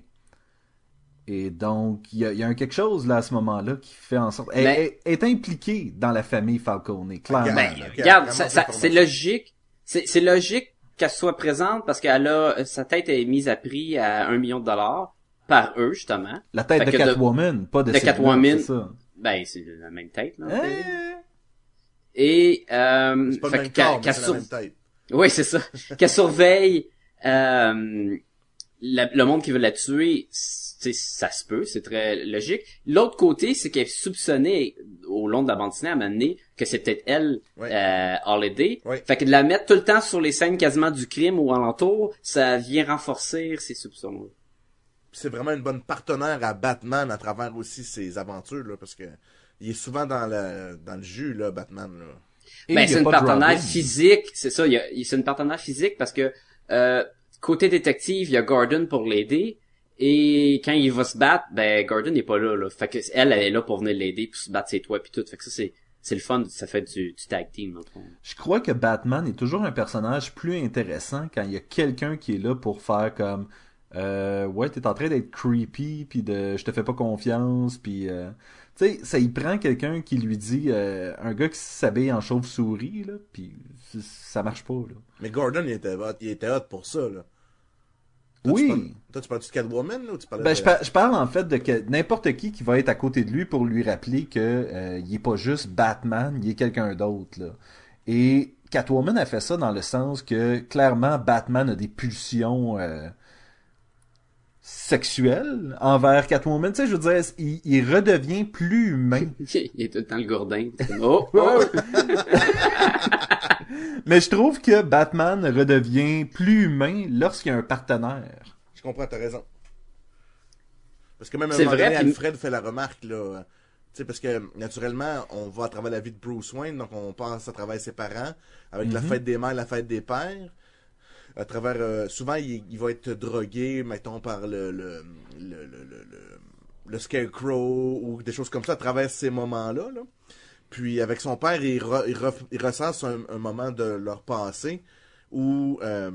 Et donc, il y a, il y a un quelque chose là à ce moment-là qui fait en sorte... Elle, Mais- elle est impliquée dans la famille Falcone, clairement. Ben, Ben, ok, regarde, vraiment ça, ça- d'informations. c'est logique. C'est, c'est logique qu'elle soit présente parce qu'elle a, sa tête est mise à prix à un million de dollars par eux, justement. La tête Fait de que de- Catwoman, pas de, de Selina, Catwoman. c'est ça. Ben, c'est la même tête, là. Eh, Et, euh, C'est pas le fait même que qu'elle- corps, mais qu'elle c'est sur- la même tête. Oui, c'est ça. Qu'elle surveille euh, la- le monde qui veut la tuer, c'est- ça se peut, c'est très logique. L'autre côté, c'est qu'elle est soupçonnée au long de la bande dessinée à un moment donné que c'est peut-être elle, Ouais. euh, Holiday. Ouais. Fait que de la mettre tout le temps sur les scènes quasiment du crime ou alentour, ça vient renforcer ses soupçons. C'est vraiment une bonne partenaire à Batman à travers aussi ses aventures, là, parce que il est souvent dans le dans le jus, là, Batman, là. Et Ben, il y a c'est une pas de partenaire Robin. physique, c'est ça, il y a, il- c'est une partenaire physique parce que, euh, côté détective, il y a Gordon pour l'aider, et quand il va se battre, ben, Gordon n'est pas là, là. Fait que, elle, elle est là pour venir l'aider, puis se battre ses toits, puis tout. Fait que ça, c'est, c'est le fun, ça fait du, du tag team, dans le fond. Je crois que Batman est toujours un personnage plus intéressant quand il y a quelqu'un qui est là pour faire comme euh, ouais, t'es en train d'être creepy, puis de je te fais pas confiance, puis euh, tu sais, ça y prend quelqu'un qui lui dit euh, un gars qui s'habille en chauve-souris là, puis c- ça marche pas là. Mais Gordon, il était hot, il était hot pour ça, là. Toi, Oui. Tu parles, toi, tu parles de Catwoman, là, ou tu parlais Ben, de... je, par- je parle en fait de que n'importe qui qui va être à côté de lui pour lui rappeler que euh, il est pas juste Batman, il est quelqu'un d'autre là. Et Catwoman a fait ça dans le sens que clairement Batman a des pulsions euh, sexuelles envers Catwoman. Tu sais, je veux dire, il, il redevient plus humain. il est tout le temps le gourdin. C'est comme, oh, oh! Mais je trouve que Batman redevient plus humain lorsqu'il y a un partenaire. Je comprends, t'as raison. Parce que même à un C'est moment vrai, donné, puis- Alfred fait la remarque, là. Tu sais, parce que, naturellement, on va à travers la vie de Bruce Wayne, donc on passe à travers ses parents, avec la fête des mères, la fête des pères. À travers, euh, souvent, il, il va être drogué, mettons, par le, le, le, le, le, le- le Scarecrow, ou des choses comme ça, à travers ces moments-là, là. Puis, avec son père, il, re- il, re- il recense un, un moment de leur passé, où, euh,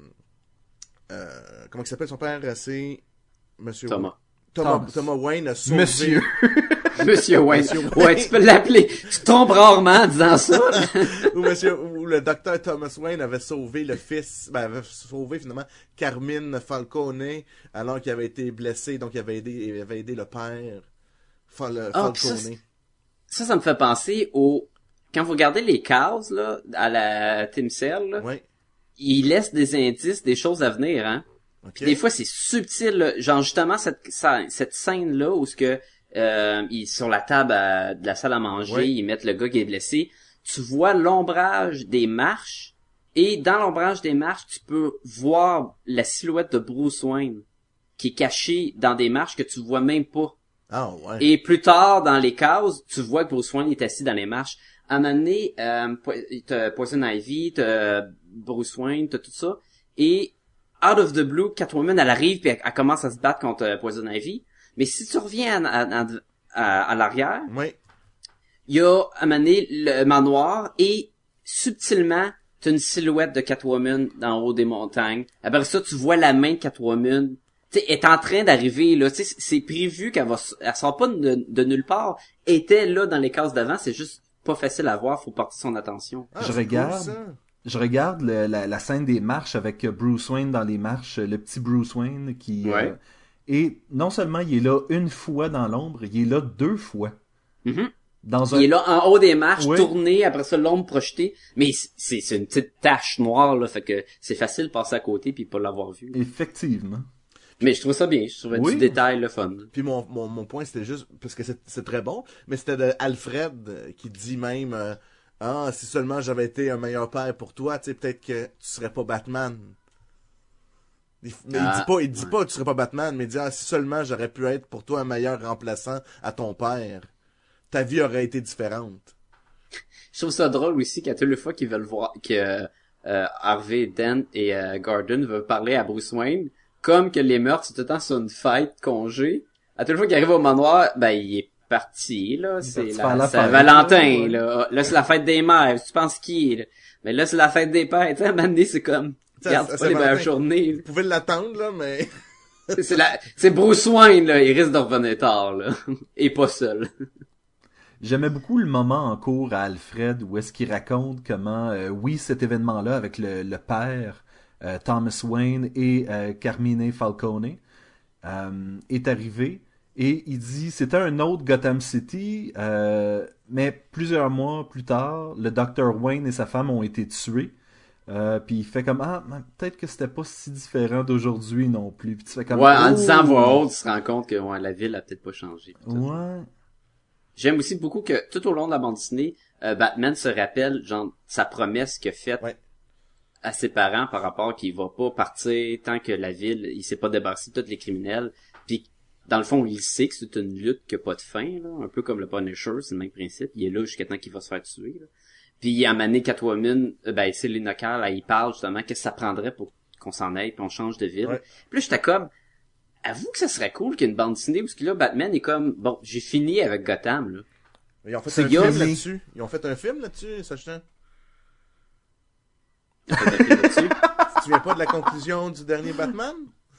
euh, comment il s'appelle son père? C'est Monsieur Thomas. Thomas, Thomas. Thomas Wayne a sauvé... Monsieur. Monsieur Wayne. Monsieur Wayne. Ouais, tu peux l'appeler. Tu tombes rarement en disant ça. ou monsieur, ou le docteur Thomas Wayne avait sauvé le fils, ben, avait sauvé finalement Carmine Falcone, alors qu'il avait été blessé, donc il avait aidé, il avait aidé le père Fal- Ah, puis ça, Falcone. Ça, ça me fait penser au... Quand vous regardez les cases, là, à la Team Cell, là, Oui. ils laissent des indices, des choses à venir, hein. Ok. Puis des fois, c'est subtil, là. Genre, justement, cette, ça- cette scène-là où ce que, euh, ils, sur la table à- de la salle à manger, Oui. ils mettent le gars qui est blessé. Tu vois l'ombrage des marches, et dans l'ombrage des marches, tu peux voir la silhouette de Bruce Wayne, qui est cachée dans des marches que tu vois même pas. Ah ouais. Et plus tard, dans les cases, tu vois que Bruce Wayne est assis dans les marches. À un moment donné, euh, po- t'as Poison Ivy, t'as Bruce Wayne, t'as tout ça. Et, out of the blue, Catwoman, elle arrive puis elle, elle commence à se battre contre euh, Poison Ivy. Mais si tu reviens à, à, à, à l'arrière, Oui. il y a, à un moment donné, le manoir et, subtilement, t'as une silhouette de Catwoman dans le haut des montagnes. Après ça, tu vois la main de Catwoman. Tu sais, est en train d'arriver, là. Tu sais, c'est prévu qu'elle va, s- elle sort pas de, de nulle part. Elle était là dans les cases d'avant, c'est juste pas facile à voir, faut porter son attention. Ah, Je c'est regarde. cool, ça. Je regarde le- la, la scène des marches avec Bruce Wayne dans les marches, le petit Bruce Wayne qui... Ouais. euh, et non seulement il est là une fois dans l'ombre, il est là deux fois. Mhm. Dans un... Il est là en haut des marches, Oui. tourné, après ça l'ombre projetée, mais c'est c'est une petite tache noire là, fait que c'est facile de passer à côté puis pas l'avoir vu. Effectivement. Mais je trouve ça bien, je trouvais Oui. du détail le fun. Puis mon, mon, mon point, c'était juste, parce que c'est c'est très bon, mais c'était de Alfred euh, qui dit même, euh, ah, si seulement j'avais été un meilleur père pour toi, tu sais, peut-être que tu serais pas Batman. Il, mais il Ah, dit pas, il dit ouais. pas tu serais pas Batman, mais il dit, ah, si seulement j'aurais pu être pour toi un meilleur remplaçant à ton père, ta vie aurait été différente. Je trouve ça drôle aussi qu'à toutes les fois qu'ils veulent voir que euh, Harvey Dent et euh, Gordon veulent parler à Bruce Wayne, comme que les meurtres c'est tout le temps sur une fête, congé. À toutes les fois qu'il arrive au manoir, ben il est parti là, c'est parti la, faire la c'est fête, Valentin là, là. Là c'est la fête des mères, tu penses qui là? Mais là c'est la fête des pères, tu sais, à un moment donné, c'est comme Ça, regarde, ça, c'est pas c'est les meilleures Valentin. journées. Vous pouvez l'attendre, là, mais... C'est c'est la c'est Bruce Wayne là, il risque de revenir tard là et pas seul. J'aimais beaucoup le moment en cours à Alfred où est-ce qu'il raconte comment, euh, oui, cet événement-là avec le, le père, euh, Thomas Wayne et euh, Carmine Falcone euh, est arrivé. Et il dit, c'était un autre Gotham City, euh, mais plusieurs mois plus tard, le docteur Wayne et sa femme ont été tués. Euh, puis il fait comme, ah, ben, peut-être que c'était pas si différent d'aujourd'hui non plus. Puis tu fais comme, Ouais, en oh! disant à voix haute, tu te rends compte que ouais, la ville a peut-être pas changé. Ouais. J'aime aussi beaucoup que tout au long de la bande dessinée, euh, Batman se rappelle genre sa promesse qu'il a faite Ouais. à ses parents par rapport qu'il va pas partir tant que la ville, il s'est pas débarrassé de tous les criminels. Puis dans le fond, il sait que c'est une lutte qui a pas de fin, là, un peu comme le Punisher, c'est le même principe. Il est là jusqu'à temps qu'il va se faire tuer. Là. Puis à un moment donné, Catwoman, euh, ben Selina Kyle, elle y parle justement qu'est-ce que ça prendrait pour qu'on s'en aille puis on change de ville. Ouais. Puis là, j'étais comme, avoue que ça serait cool qu'il y ait une bande dessinée où ce que là, Batman est comme, bon, j'ai fini avec Gotham, là. Ils ont fait C'est un Young. film là-dessus. Ils ont fait un film là-dessus, sachant. Là-dessus. Tu te souviens pas de la conclusion du dernier Batman?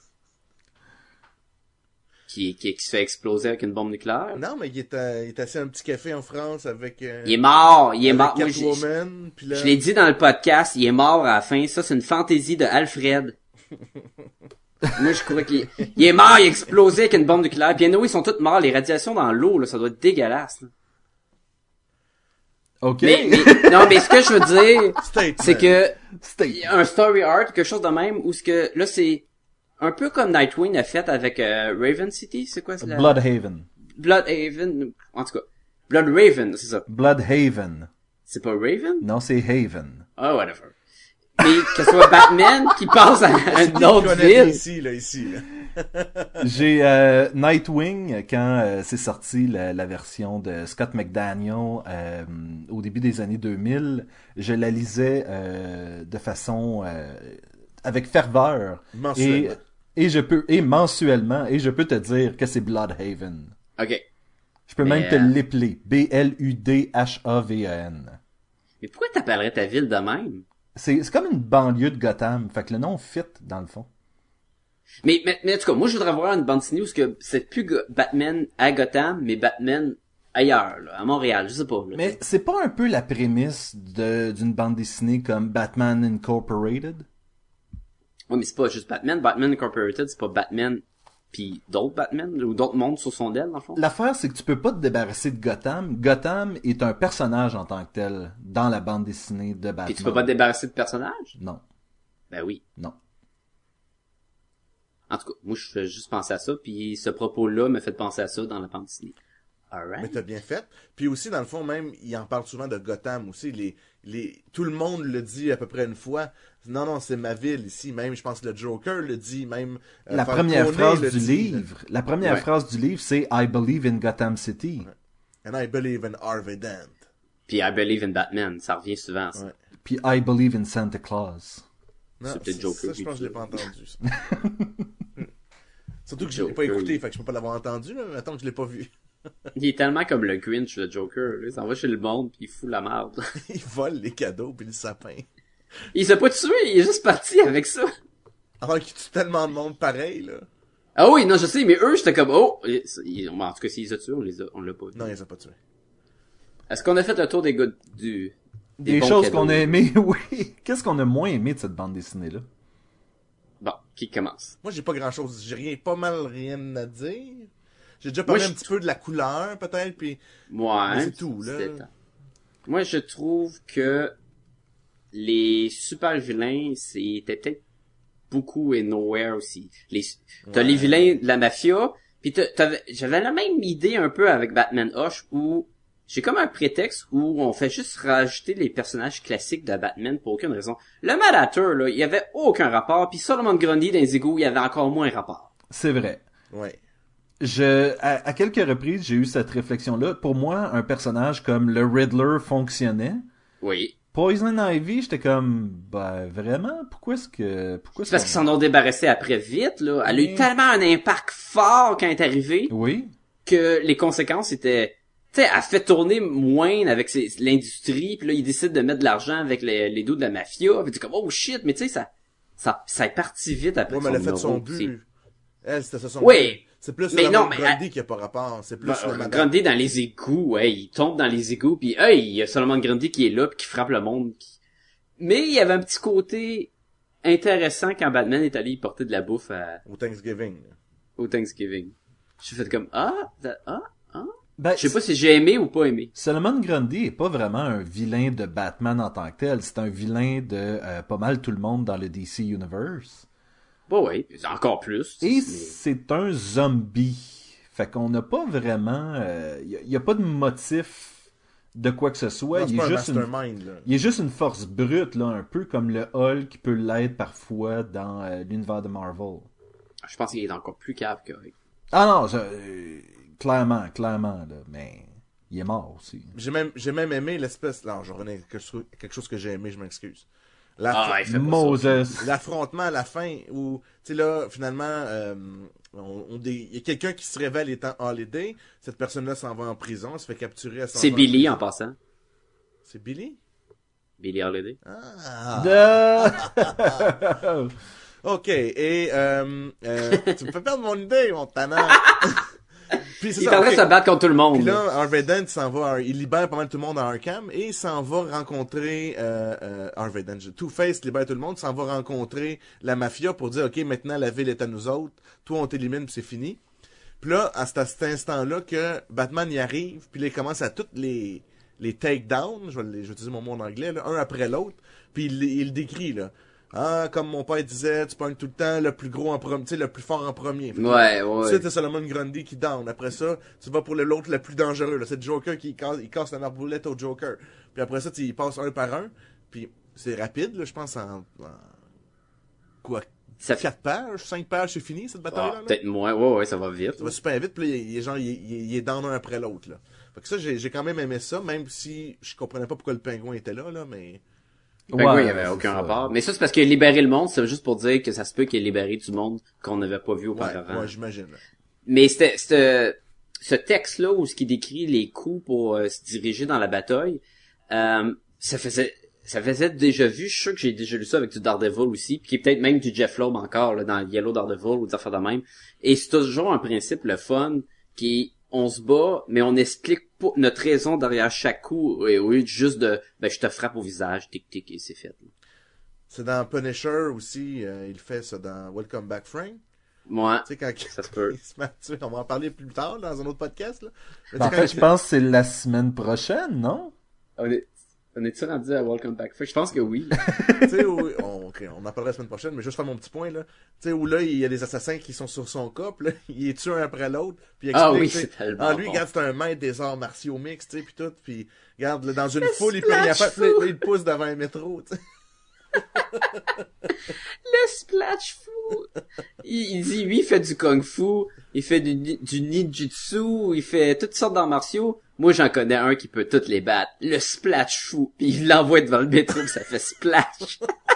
Qui, qui, qui se fait exploser avec une bombe nucléaire. Non, mais il est, à- il est assis à un petit café en France avec... Euh, Il est mort, il est avec mort. Moi, j'ai- Catwoman, puis là... je l'ai dit dans le podcast, il est mort à la fin. Ça, c'est une fantaisie de Alfred. Moi, je crois qu'il il est mort, il a explosé avec une bombe nucléaire. Puis anyway, ils sont tous morts. Les radiations dans l'eau, là, ça doit être dégueulasse. Là. OK. Mais, mais- non, mais ce que je veux dire, Statement. c'est que C'était- un story art, quelque chose de même, où ce que là, c'est un peu comme Nightwing a fait avec euh, Raven City, c'est quoi c'est la... Bloodhaven. Bloodhaven, en tout cas, Blood Raven, c'est ça. Bloodhaven. C'est pas Raven? Non, c'est Haven. Ah, whatever. Mais que ce soit Batman qui passe à Qui une autre connaît ville. ici, là, ici, là. J'ai euh, Nightwing, quand euh, c'est sorti la, la version de Scott McDaniel euh, au début des années deux mille, je la lisais euh, de façon euh, avec ferveur et, Mensuellement. et je peux et mensuellement et je peux te dire que c'est Bloodhaven. Ok. Je peux Mais, même te euh, l'épeler. B L U D H A V E N. Mais pourquoi t'appellerais ta ville de même? C'est c'est comme une banlieue de Gotham, fait que le nom fit dans le fond. Mais, mais, mais en tout cas, moi, je voudrais voir une bande dessinée où ce que c'est plus Go- Batman à Gotham, mais Batman ailleurs, là, à Montréal, je sais pas. Là. Mais c'est pas un peu la prémisse de d'une bande dessinée comme Batman Incorporated? Ouais, mais c'est pas juste Batman. Batman Incorporated, c'est pas Batman puis d'autres Batman ou d'autres mondes sur son aile, dans le fond. L'affaire, c'est que tu peux pas te débarrasser de Gotham. Gotham est un personnage en tant que tel dans la bande dessinée de Batman. Puis tu peux pas te débarrasser de personnage? Non, Ben oui. non. En tout cas, moi, je fais juste penser à ça, puis ce propos-là me fait penser à ça dans la bande dessinée. Mais Alright. t'as bien fait. Puis aussi, dans le fond, même, il en parle souvent de Gotham aussi. Les, les, tout le monde le dit à peu près une fois. Non, non, c'est ma ville ici. Même, je pense que le Joker le dit. Même euh, La Falcone première phrase le du dit, livre, la première Ouais. phrase du livre, c'est I believe in Gotham City. And I believe in Harvey Dent. Puis I Believe in Batman, ça revient souvent, ça. Ouais. Puis I believe in Santa Claus. Non, C'est peut-être ça, Joker ça, je qui pense que je l'ai dit pas ça. entendu. Ça. Surtout que je l'ai pas Joker. écouté, fait que je peux pas l'avoir entendu, là, mais attends que je l'ai pas vu. Il est tellement comme le Grinch, le Joker. Là. Il s'en va chez le monde, puis il fout la merde. Il vole les cadeaux puis le sapin. Il s'est pas tué, il est juste parti avec ça. Alors qu'il tue tellement de monde pareil, là. Ah oui, non, je sais, mais eux, j'étais comme, oh, ils- ils- en tout cas, s'ils les ont tués, on les a, on l'a pas vu. Non, il les a pas tués. Est-ce qu'on a fait le tour des gars du, Des, bons choses cadeaux? qu'on a aimées, oui. Qu'est-ce qu'on a moins aimé de cette bande dessinée-là? Bon, qui commence? Moi, j'ai pas grand chose. J'ai rien, pas mal rien à dire. J'ai déjà parlé Moi, un je- petit peu de la couleur, peut-être, puis Ouais. Mais c'est tout, là. c'était- Moi, je trouve que les super vilains, c'était peut-être beaucoup et nowhere aussi. Les, t'as Ouais. les vilains de la mafia, pis t'as- t'avais- j'avais la même idée un peu avec Batman Hush où j'ai comme un prétexte où on fait juste rajouter les personnages classiques de Batman pour aucune raison. Le Mad Hatter, là, il y avait aucun rapport, puis Solomon Grundy dans les égouts, il y avait encore moins rapport. C'est vrai. ouais. Je, à, à quelques reprises, j'ai eu cette réflexion-là. Pour moi, un personnage comme le Riddler fonctionnait. Oui. Poison Ivy, j'étais comme, ben, vraiment? Pourquoi est-ce que, pourquoi C'est parce qu'on- qu'ils s'en ont débarrassé après vite, là. Elle a eu Oui. tellement un impact fort quand elle est arrivée Oui. que les conséquences étaient... Tu sais, elle fait tourner Wayne avec ses- l'industrie, puis là, il décide de mettre de l'argent avec les, les dos de la mafia. Puis tu comme, oh shit, mais tu sais, ça, ça, ça est parti vite après Ouais, mais son elle a fait son numéro, c'est- but. Elle, c'était ça son Oui. but. C'est plus Mais le non, Solomon mais Grundy elle- qui a pas rapport. C'est plus Ben, le euh, madame. Grundy dans les égouts, ouais, il tombe dans les égouts, puis hey, il y a Solomon Grundy qui est là, puis qui frappe le monde. qui- Mais il y avait un petit côté intéressant quand Batman est allé y porter de la bouffe à, Au Thanksgiving. au Thanksgiving. J'ai fait comme, ah, that- ah, ah. Ben, Je sais pas si j'ai aimé ou pas aimé. Solomon Grundy est pas vraiment un vilain de Batman en tant que tel. C'est un vilain de euh, pas mal tout le monde dans le D C Universe. Bah ouais, encore plus. Et mais- c'est un zombie. Fait qu'on n'a pas vraiment... Il n'y a, y a pas de motif de quoi que ce soit. Non, c'est il, pas est un juste une, mastermind, là. il est juste une force brute, là, un peu comme le Hulk qui peut l'être parfois dans euh, l'univers de Marvel. Je pense qu'il est encore plus cave que Hulk. Ah non, je- euh, clairement, clairement, là, mais... il est mort aussi. J'ai même, j'ai même aimé l'espèce... Non, je revenais quelque chose, quelque chose que j'ai aimé, je m'excuse. Ah, il fait pas Moses. ça. L'affrontement à la fin, où, tu sais, là, finalement, euh, on, on dé- il y a quelqu'un qui se révèle étant Holiday. Cette personne-là s'en va en prison, elle se fait capturer. Elle s'en C'est va Billy en en passant. C'est Billy? Billy Holiday. Ah! De... Ok, et euh, euh, tu me fais perdre mon idée, mon tannant. Puis c'est Il ça, devrait ok. se battre contre tout le monde. Puis là, Harvey Dent s'en va, à- il libère pas mal tout le monde à Arkham et il s'en va rencontrer euh, euh, Harvey Dent. Two-Face libère tout le monde, s'en va rencontrer la mafia pour dire ok, maintenant la ville est à nous autres, toi on t'élimine puis c'est fini. Puis là, à cet, à cet instant-là que Batman y arrive, puis là il commence à toutes les les take-down, je vais, les- je vais utiliser mon mot en anglais, là, un après l'autre, puis il, il le décrit là. Ah, comme mon père disait, tu pognes tout le temps le plus gros en premier, tu sais, le plus fort en premier. Fait que Ouais, ouais. Ça, t'as Solomon Grundy qui down. Après ça, tu vas pour le- l'autre le plus dangereux. Là. C'est le Joker qui casse, il casse la arbalète au Joker. Puis après ça, tu il passe un par un. Puis c'est rapide, là, je pense, en, en quoi, Ça quatre pages, cinq pages, c'est fini, cette bataille-là. Ah, là? peut-être moins. Ouais, ouais, ça va vite. Ça va super vite, puis là, il est genre, il, il, il est down un après l'autre, là. Fait que ça, j'ai, j'ai quand même aimé ça, même si je comprenais pas pourquoi le pingouin était là, là, mais... Fait que oui, il y Ouais, avait c'est aucun ça. rapport. Mais ça, c'est parce qu'il a libéré le monde. C'est juste pour dire que ça se peut qu'il ait libéré du monde qu'on n'avait pas vu Ouais, auparavant. ouais, j'imagine, là. Mais c'était, c'était, ce texte-là où ce qui décrit les coups pour euh, se diriger dans la bataille, euh, ça faisait, ça faisait déjà vu. Je suis sûr que j'ai déjà lu ça avec du Daredevil aussi, puis qui est peut-être même du Jeff Loeb encore là, dans Yellow Daredevil ou des affaires de même. Et c'est toujours un principe le fun qui est, on se bat, mais on explique pas notre raison derrière chaque coup, et au lieu de juste de, ben je te frappe au visage, tic tic et c'est fait. C'est dans Punisher aussi, euh, il fait ça dans Welcome Back Frank. Moi, Tu sais, quand ça se peut. il se met à tuer, on va en parler plus tard dans un autre podcast, là. Mais Ben, en tu sais, fait, quand je pense que c'est la semaine prochaine, non? On est, on est-tu rendu à Welcome Back First? Je pense que oui. tu sais, où, on, ok, on en parlera la semaine prochaine, mais juste faire mon petit point, là. Tu sais, où là, il y a des assassins qui sont sur son cas, pis là, il est tué un après l'autre, puis il explique, Ah oui, tu sais, c'est tellement ah, lui, bon. regarde, c'est un maître des arts martiaux mix, tu sais, pis tout, pis regarde, là, dans une Le foule, il peut rien splash faire, pis là, fou. là, il pousse devant un métro, tu sais. Le splash fou! Il, il dit, lui, il fait du kung-fu, il fait du, ni- du ninjutsu, il fait toutes sortes d'arts martiaux. Moi, j'en connais un qui peut toutes les battre. Le splash fou. Puis il l'envoie devant le métro, pis ça fait splash.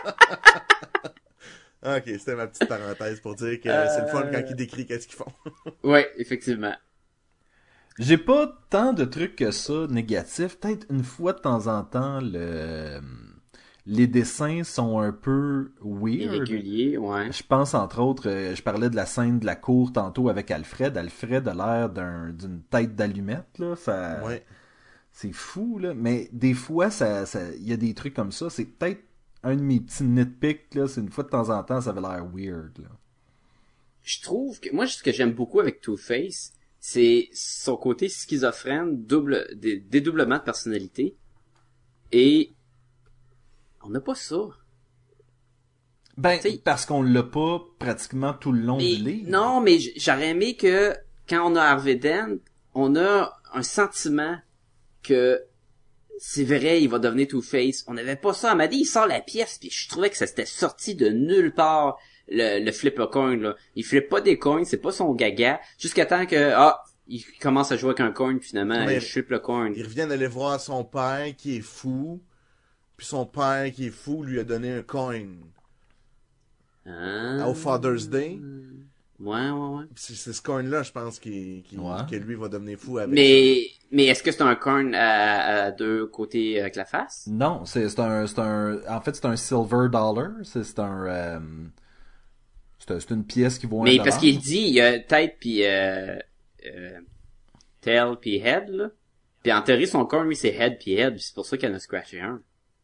Ok, c'était ma petite parenthèse pour dire que c'est le fun quand il décrit qu'est-ce qu'ils font. Ouais, effectivement. J'ai pas tant de trucs que ça négatifs. Peut-être une fois de temps en temps, le... les dessins sont un peu weird. Irrégulier, ouais. Je pense entre autres, euh, je parlais de la scène de la cour tantôt avec Alfred. Alfred a l'air d'un, d'une tête d'allumette, là. Ça, Ouais. c'est fou, là. Mais des fois, ça, ça, il y a des trucs comme ça. C'est peut-être un de mes petits nitpicks, là. C'est une fois de temps en temps, ça avait l'air weird, là. Je trouve que, moi, ce que j'aime beaucoup avec Two-Face, c'est son côté schizophrène, double, dé- dédoublement de personnalité. Et, on n'a pas ça. Ben, T'sais- parce qu'on l'a pas pratiquement tout le long Mais, du livre. non, mais j- j'aurais aimé que, quand on a Harvey Dent, on a un sentiment que c'est vrai, il va devenir Two-Face. On n'avait pas ça. Elle m'a dit, il sort la pièce, puis je trouvais que ça s'était sorti de nulle part, le, le flip a coin, là. Il flippe pas des coins, c'est pas son gaga, jusqu'à temps que, ah, il commence à jouer avec un coin, puis finalement, Mais- il flippe le coin. Il revient d'aller voir son père qui est fou, puis son père qui est fou lui a donné un coin. Ah. Au Father's Day. Ouais, ouais, ouais. Puis C'est c'est ce coin-là, je pense, qui, qui, Ouais. que lui va devenir fou avec. Mais, mais est-ce que c'est un coin à, à deux côtés avec la face? Non, c'est, c'est un, c'est un, en fait, c'est un silver dollar. C'est, c'est un, euh, c'est, un- c'est une pièce qui vaut un Mais dollar. parce qu'il dit, il y a tête puis euh, euh, tail puis head, là. Puis en théorie, son corps, lui, c'est head puis head. C'est pour ça qu'il en a scratché un.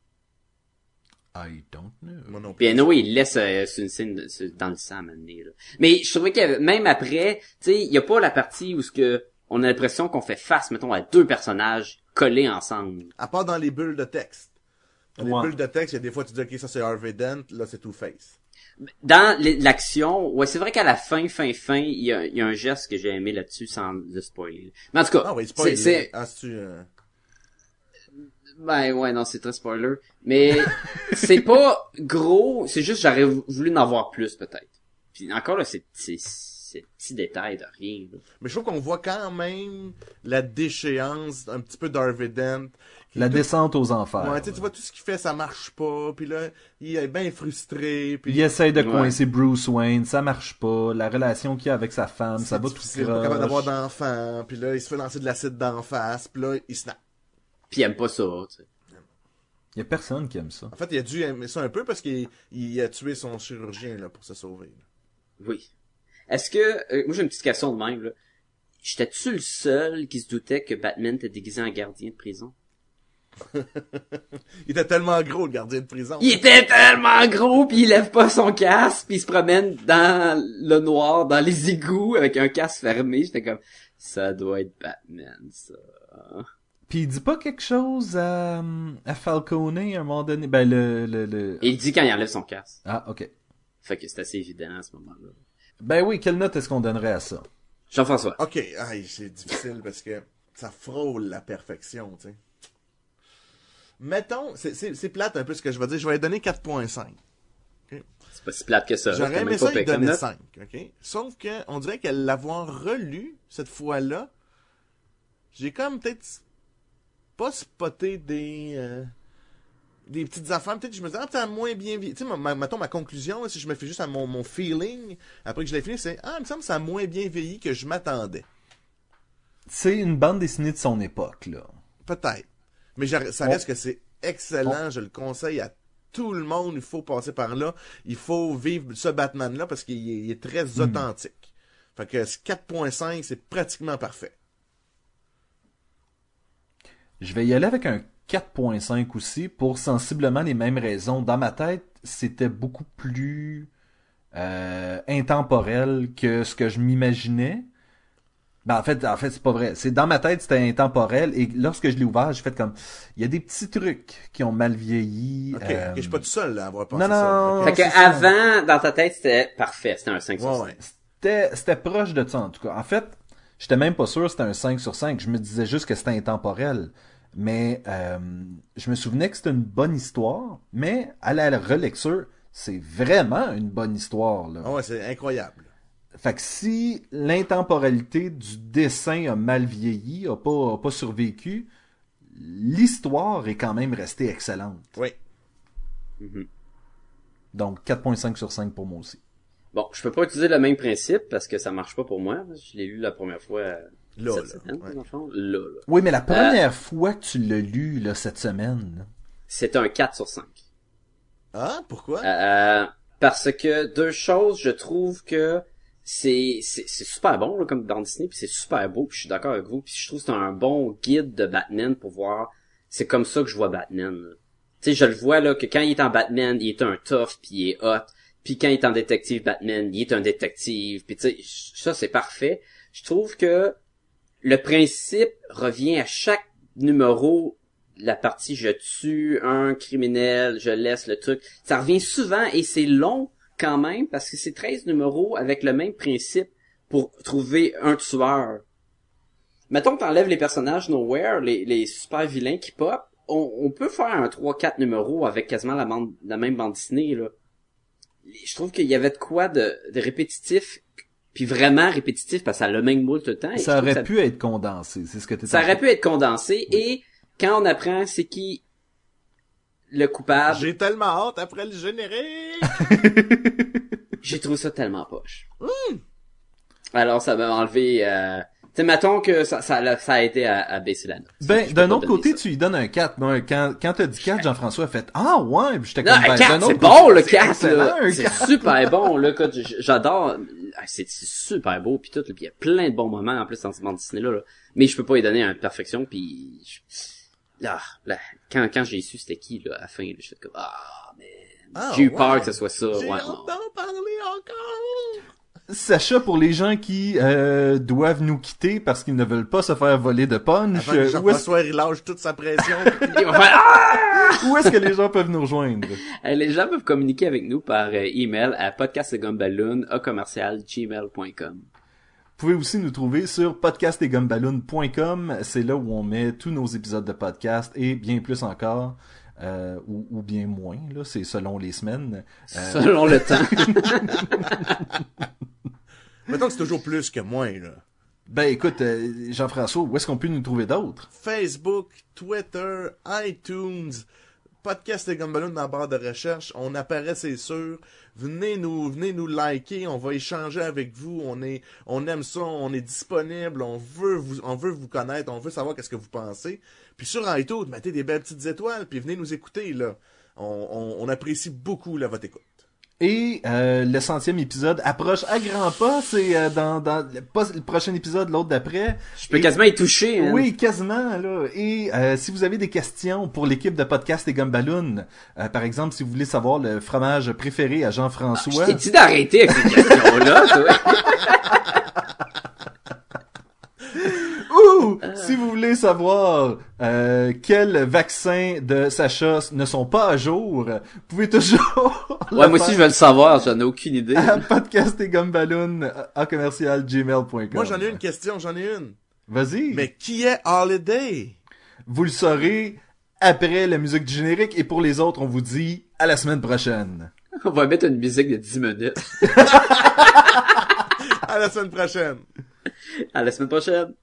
I don't know. Moi non plus. Puis anyway, il laisse euh, sur une scène de- sur- dans le sang, à un moment donné, là. Mais je trouvais que même après, tu sais, il y a pas la partie où ce que on a l'impression qu'on fait face, mettons, à deux personnages collés ensemble. À part dans les bulles de texte. Dans les Ouais. bulles de texte, il y a des fois tu dis, ok, ça c'est Harvey Dent, là c'est Two-Face. Dans l- l'action, ouais, c'est vrai qu'à la fin, fin, fin, il y a, il y a un geste que j'ai aimé là-dessus sans le spoiler. Mais en tout cas, Ah oui, c'est pas... c'est, c'est, Ah, c'est-tu... euh, ben ouais, non, c'est très spoiler. Mais c'est pas gros, c'est juste j'aurais voulu en avoir plus peut-être. Puis encore là, c'est, c'est, c'est petit détail de rien. Là. Mais je trouve qu'on voit quand même la déchéance un petit peu d'Harvey Dent. La tout... descente aux enfers. Ouais, tu sais, tu vois tout ce qu'il fait, ça marche pas. Puis là, il est bien frustré. Puis... Il essaye de Ouais. coincer Bruce Wayne, ça marche pas. La relation qu'il a avec sa femme, ça va tout difficile, pas capable croche. d'avoir d'enfants. Puis là, il se fait lancer de l'acide d'en face. Puis là, il snap. Puis il aime pas ça, tu sais. Il y a personne qui aime ça. En fait, il a dû aimer ça un peu parce qu'il il a tué son chirurgien là, pour se sauver. Là. Oui. Est-ce que... euh, moi, j'ai une petite question de même, là. J'étais-tu le seul qui se doutait que Batman était déguisé en gardien de prison? Il était tellement gros, le gardien de prison. Il était tellement gros, puis il lève pas son casque, puis il se promène dans le noir, dans les égouts, avec un casque fermé. J'étais comme, ça doit être Batman, ça. Puis il dit pas quelque chose à, à Falcone à un moment donné. Ben le le le. Et il dit quand il enlève son casque. Ah ok. Fait que c'est assez évident à ce moment-là. Ben oui, quelle note est-ce qu'on donnerait à ça? Jean-François. Ok, aïe, c'est difficile parce que ça frôle la perfection, tu sais. Mettons, c'est, c'est, c'est plate un peu ce que je vais dire, je vais lui donner quatre virgule cinq. Okay? C'est pas si plate que ça. J'aurais C'est aimé même ça pas lui pire comme donner note. cinq, ok? Sauf que, on dirait qu'elle l'avoir relu, cette fois-là, j'ai comme peut-être pas spoté des, euh, des petites affaires. Peut-être que je me dis, ah, t'as moins bien vieilli. Tu sais, ma, ma, mettons, ma conclusion, là, si je me fais juste à mon, mon feeling, après que je l'ai fini, c'est, ah, il me semble que ça a moins bien vieilli que je m'attendais. C'est une bande dessinée de son époque là. Peut-être. Mais j'arr- ça On- reste que c'est excellent. Je le conseille à tout le monde. Il faut passer par là. Il faut vivre ce Batman-là parce qu'il est, il est très authentique. Fait que ce quatre virgule cinq, c'est pratiquement parfait. Je vais y aller avec un quatre virgule cinq aussi pour sensiblement les mêmes raisons. Dans ma tête, c'était beaucoup plus euh, intemporel que ce que je m'imaginais. Ben en fait, en fait, c'est pas vrai. C'est dans ma tête, c'était intemporel et lorsque je l'ai ouvert, j'ai fait comme il y a des petits trucs qui ont mal vieilli. Ok, euh, ok, je suis pas tout seul là, à avoir pensé non, non, ça. Ok. Fait que c'est ça. avant, dans ta tête, c'était parfait. C'était un cinq sur Ouais, cinq. ouais. C'était, c'était proche de ça, en tout cas. En fait, j'étais même pas sûr que c'était un cinq sur cinq. Je me disais juste que c'était intemporel. Mais euh, je me souvenais que c'était une bonne histoire. Mais à la relecture, c'est vraiment une bonne histoire. Là. Ah ouais, c'est incroyable. Fait que si l'intemporalité du dessin a mal vieilli, a pas, a pas survécu, l'histoire est quand même restée excellente. Oui. Mhm. Donc quatre virgule cinq sur cinq pour moi aussi. Bon, je peux pas utiliser le même principe parce que ça marche pas pour moi. Je l'ai lu la première fois euh, Là, cette là. semaine, Ouais. dans le fond. Là, là. Oui, mais la première fois que tu l'as lu là, cette semaine, là, C'est un quatre sur cinq. Ah, pourquoi? Euh, parce que deux choses, je trouve que c'est c'est c'est super bon là, comme bande dessinée, puis c'est super beau, puis je suis d'accord avec vous, puis je trouve que c'est un bon guide de Batman pour voir. C'est comme ça que je vois Batman. là. Tu sais, je le vois là que quand il est en Batman, il est un tough, puis il est hot. Puis quand il est en détective Batman, il est un détective. Puis tu sais, ça c'est parfait. Je trouve que le principe revient à chaque numéro. La partie je tue un criminel, je laisse le truc. Ça revient souvent et c'est long quand même parce que c'est treize numéros avec le même principe pour trouver un tueur. Mettons que t'enlèves les personnages nowhere, les, les super vilains qui pop, on, on peut faire un trois quatre numéros avec quasiment la, bande, la même bande dessinée, là. Je trouve qu'il y avait de quoi de, de répétitif, puis vraiment répétitif parce que ça a le même moule tout le temps. et je ça trouve aurait que ça, pu être condensé. C'est ce que tu ça aurait pu être condensé et quand on apprend c'est qui le coupable, J'ai tellement hâte après le générique! j'ai trouvé ça tellement poche. Alors ça m'a enlevé... Euh... Tu sais, mettons que ça, ça, a- ça a été à, à baisser la note. Ben, Je peux d'un pas autre donner côté, ça. tu lui donnes un quatre. Moi, quand, quand t'as dit quatre, Jean-François a fait « Ah, ouais! » Puis j'étais Non, comme, ben, un d'un quatre, autre c'est côté, bon, le c'est quatre, excellent, là. un C'est quatre. super bon, là. Écoute, j- j'adore. Ah, C'est c'est super beau, puis tout. Puis il y a plein de bons moments, en plus, dans cette bande dessinée-là. là. Mais je peux pas y donner une perfection, puis... je- Ah, là, quand, quand j'ai su c'était qui, là, à la fin, là, j'étais comme... Ah, mais... Ah, j'ai eu ouais. peur que ce soit ça. J'ai Ouais, hâte non. d'en parler encore! Sacha, pour les gens qui euh, doivent nous quitter parce qu'ils ne veulent pas se faire voler de punch, Avant que euh, où est-ce Jean-François il lâche toute sa pression. Il va faire, ah! où est-ce que les gens peuvent nous rejoindre? Euh, Les gens peuvent communiquer avec nous par euh, email à podcastlegumballoon à commercial gmail point com. Vous pouvez aussi nous trouver sur podcast et gumballoon point com. C'est là où on met tous nos épisodes de podcast et bien plus encore. Euh, ou, ou bien moins, là, c'est selon les semaines. Euh, Selon le temps. Mettons que c'est toujours plus que moins, là. Ben écoute, euh, Jean-François, où est-ce qu'on peut nous trouver d'autres? Facebook, Twitter, iTunes, Podcast et Gumballoon dans la barre de recherche. On apparaît, c'est sûr. Venez nous, venez nous liker. On va échanger avec vous. On est, on aime ça. On est disponible. On veut vous, on veut vous connaître. On veut savoir qu'est-ce que vous pensez. Puis sur iTunes, mettez des belles petites étoiles. Puis venez nous écouter, là. On, on, on apprécie beaucoup, là, votre écoute. Et euh, le centième épisode approche à grands pas. C'est euh, dans, dans le, pas le prochain épisode, l'autre d'après. Je peux Et, quasiment y toucher. Hein. Oui, quasiment. Là. Et euh, si vous avez des questions pour l'équipe de Podcast et Gumballoon, euh, par exemple, si vous voulez savoir le fromage préféré à Jean-François... Ah, je t'ai dit d'arrêter avec ces questions-là, toi. Ou si vous voulez savoir euh, quels vaccins de Sacha ne sont pas à jour, vous pouvez toujours... Ouais, moi aussi je veux le savoir, j'en ai aucune idée. À podcast et gumballoon à commercial gmail point com. Moi, j'en ai une question, j'en ai une. Vas-y. Mais qui est Holiday? Vous le saurez après la musique du générique, et pour les autres, on vous dit à la semaine prochaine. On va mettre une musique de dix minutes. À la semaine prochaine. À la semaine prochaine.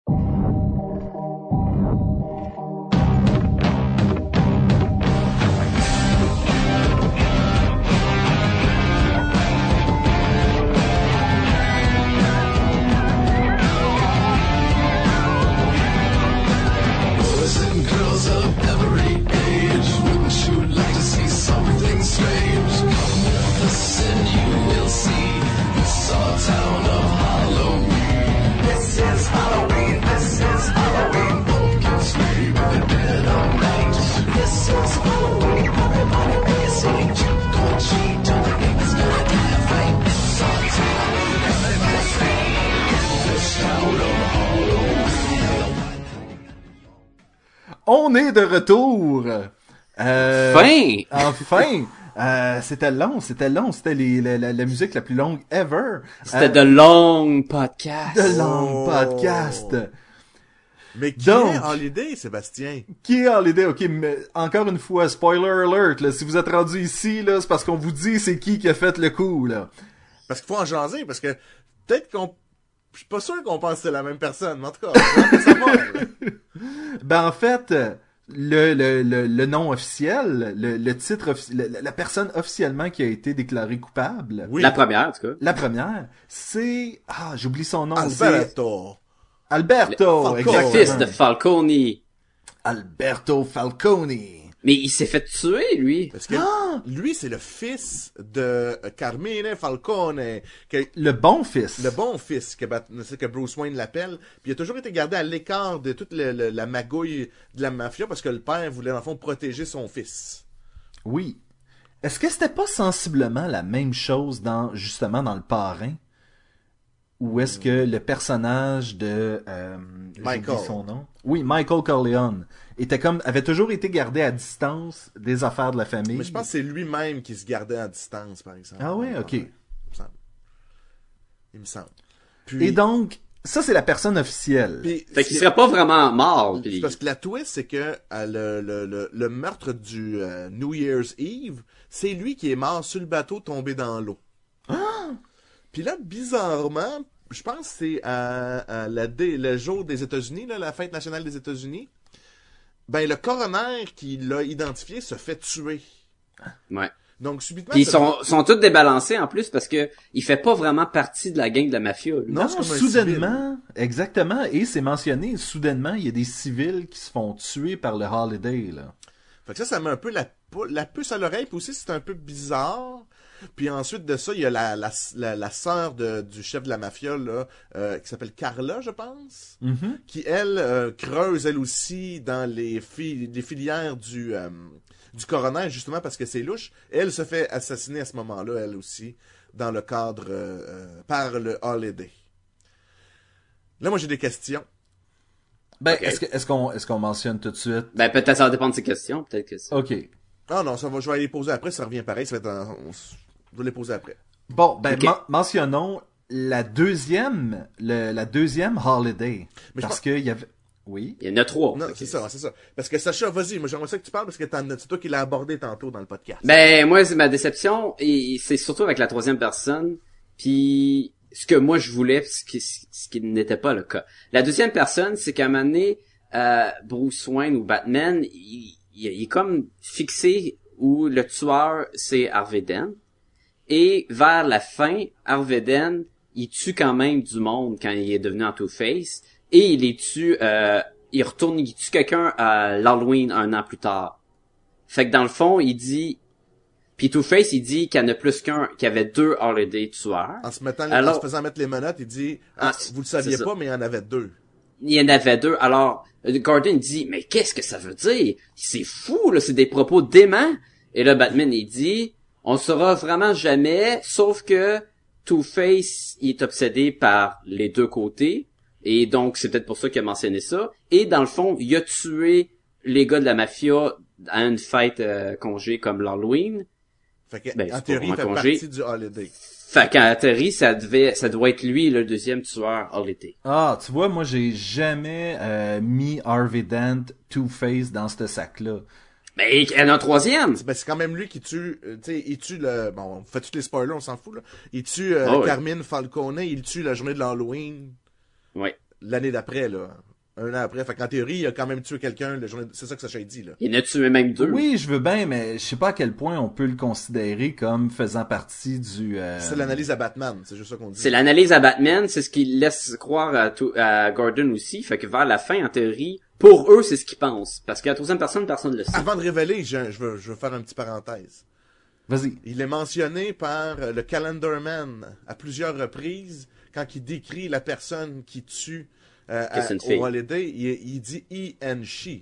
On est de retour. Euh, Fin! Enfin! Euh, c'était long, c'était long, c'était les, la, la, la musique la plus longue ever. C'était euh, de long podcast. De long Oh. podcast. Mais qui Donc. est Holiday, Sébastien? Qui est Holiday? Ok, mais encore une fois, spoiler alert, là, si vous êtes rendu ici, là, c'est parce qu'on vous dit c'est qui qui a fait le coup, là. Parce qu'il faut en jaser, parce que peut-être qu'on... Je suis pas sûr qu'on pense que c'est la même personne, mais en tout cas, on va savoir. Ben, en fait, le, le, le, le nom officiel, le, le titre, offi- le- la personne officiellement qui a été déclarée coupable, Oui. La première, en tout cas. la première, c'est, ah, j'oublie son nom, c'est Alberto. Alberto, Le- Le exactement. fils de Falcone. Alberto Falcone. Mais il s'est fait tuer, lui. Parce que lui, c'est le fils de Carmine Falcone, que, Le bon fils. le bon fils, que, Bat- c'est que Bruce Wayne l'appelle. Puis il a toujours été gardé à l'écart de toute le- le- la magouille de la mafia parce que le père voulait, dans le fond, protéger son fils. Oui. Est-ce que c'était pas sensiblement la même chose dans, justement, dans Le Parrain? Ou est-ce que le personnage de, euh, j'ai Michael. oublié son nom? Oui, Michael Corleone. Était comme, avait toujours été gardé à distance des affaires de la famille. Mais je pense que c'est lui-même qui se gardait à distance, par exemple. Ah ouais, ok. Il me semble. Il me semble. Puis, Et donc, ça c'est la personne officielle. puis, Fait qu'il serait pas vraiment mort. C'est Puis... parce que la twist, c'est que euh, le, le, le, le meurtre du euh, New Year's Eve, c'est lui qui est mort sur le bateau tombé dans l'eau. Puis là, bizarrement, je pense que c'est à, à la dé- le jour des États-Unis, là, la fête nationale des États-Unis. Ben, le coroner qui l'a identifié se fait tuer. Ouais. Donc, subitement... Puis ils ça- sont, sont tous débalancés en plus parce que il fait pas vraiment partie de la gang de la mafia. lui. Non, c'est comme un soudainement, exactement, et c'est mentionné, soudainement, il y a des civils qui se font tuer par le Holiday, là. Fait que ça, ça met un peu la, pu- la puce à l'oreille, puis aussi c'est un peu bizarre. Puis ensuite de ça, il y a la, la, la, la sœur de, du chef de la mafia, là, euh, qui s'appelle Carla, je pense, Mhm. qui, elle, euh, creuse, elle aussi, dans les, fi- les filières du, euh, du coroner, justement parce que c'est louche. Elle se fait assassiner à ce moment-là, elle aussi, dans le cadre, euh, euh, par le Holiday. Là, moi, j'ai des questions. Ben, Ok. est-ce que, est-ce qu'on, est-ce qu'on mentionne tout de suite? Ben peut-être ça va dépendre de ses questions, peut-être que ça. Ok. Ah non, ça va, je vais aller les poser après, ça revient pareil, ça va être en- on s- je vais les poser après. Bon, ben, Ok. men- mentionnons la deuxième, le, la deuxième Holiday. Mais je parce pense- qu'il y avait, oui. Il y en a trois. Non, Fait c'est que- ça, c'est ça. Parce que Sacha, vas-y, moi j'aimerais ça que tu parles parce que t'en as- c'est toi qui l'as abordé tantôt dans le podcast. Ben moi c'est ma déception et c'est surtout avec la troisième personne. Puis ce que moi je voulais, ce qui, ce qui n'était pas le cas. La deuxième personne, c'est qu'à un moment donné, euh, Bruce Wayne ou Batman, il, il, il est comme fixé où le tueur, c'est Harvey Dent. Et vers la fin, Harvey Dent, il tue quand même du monde quand il est devenu en Two-Face. Et il les tue, euh, il retourne, il tue quelqu'un à l'Halloween un an plus tard. Fait que dans le fond, il dit... Puis Two-Face, il dit qu'il y en a plus qu'un, qu'il y avait deux Holiday tueurs. En se mettant, Alors, en se faisant mettre les menottes, il dit, ah, ah, vous le saviez pas, mais il y en avait deux. Il y en avait deux. Alors, Gordon dit, mais qu'est-ce que ça veut dire? C'est fou, là, c'est des propos déments. Et là, Batman, il dit, on le saura vraiment jamais, sauf que Two-Face, il est obsédé par les deux côtés. Et donc, c'est peut-être pour ça qu'il a mentionné ça. Et dans le fond, il a tué les gars de la mafia à une fête euh, congé comme l'Halloween. Fait que, Ben, en c'est théorie, pas il fait vraiment congé. partie du Holiday. Fait qu'en théorie, ça devait, ça doit être lui, le deuxième tueur Holiday. Ah, tu vois, moi, j'ai jamais euh, mis Harvey Dent, Two-Face dans ce sac-là. Mais il y en a un troisième! Ben, c'est quand même lui qui tue, euh, tu sais, il tue le, bon, on fait tous les spoilers, on s'en fout, là. Il tue euh, Oh, oui. Carmine Falcone, il tue la journée de l'Halloween, Oui. l'année d'après, là. Un an après. Fait qu'en théorie, il a quand même tué quelqu'un, la journée, c'est ça que Sacha dit, là. Il en a tué même deux. Oui, je veux bien, mais je sais pas à quel point on peut le considérer comme faisant partie du... Euh... C'est l'analyse à Batman, c'est juste ça qu'on dit. C'est l'analyse à Batman, c'est ce qu'il laisse croire à, to- à Gordon aussi. Fait que vers la fin, en théorie, pour eux, c'est ce qu'ils pensent. Parce qu'à la troisième personne, personne ne le sait. Avant de révéler, je, je, veux, je veux faire un petit parenthèse. Vas-y. Il est mentionné par euh, le Calendar Man à plusieurs reprises quand il décrit la personne qui tue euh, Que c'est à, une fille. au Holiday. Il, il dit he and she. Il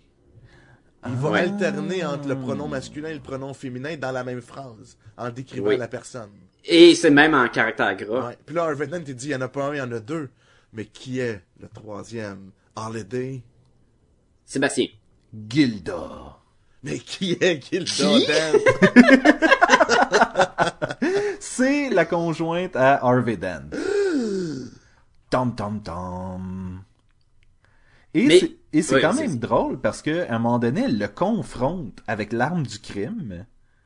va Ah. alterner entre le pronom masculin et le pronom féminin dans la même phrase, en décrivant Oui. la personne. Et c'est même en caractère gras. Ouais. Puis là, Harvey Dent, il dit il y en a pas un, il y en a deux. Mais qui est le troisième? Holiday? Sébastien. Gilda. Mais qui est Gilda Qui? Dent? C'est la conjointe à Harvey Dent. Tom, tom, tom. Et Mais- c'est, et c'est ouais, quand c'est- même drôle parce que à un moment donné, elle le confronte avec l'arme du crime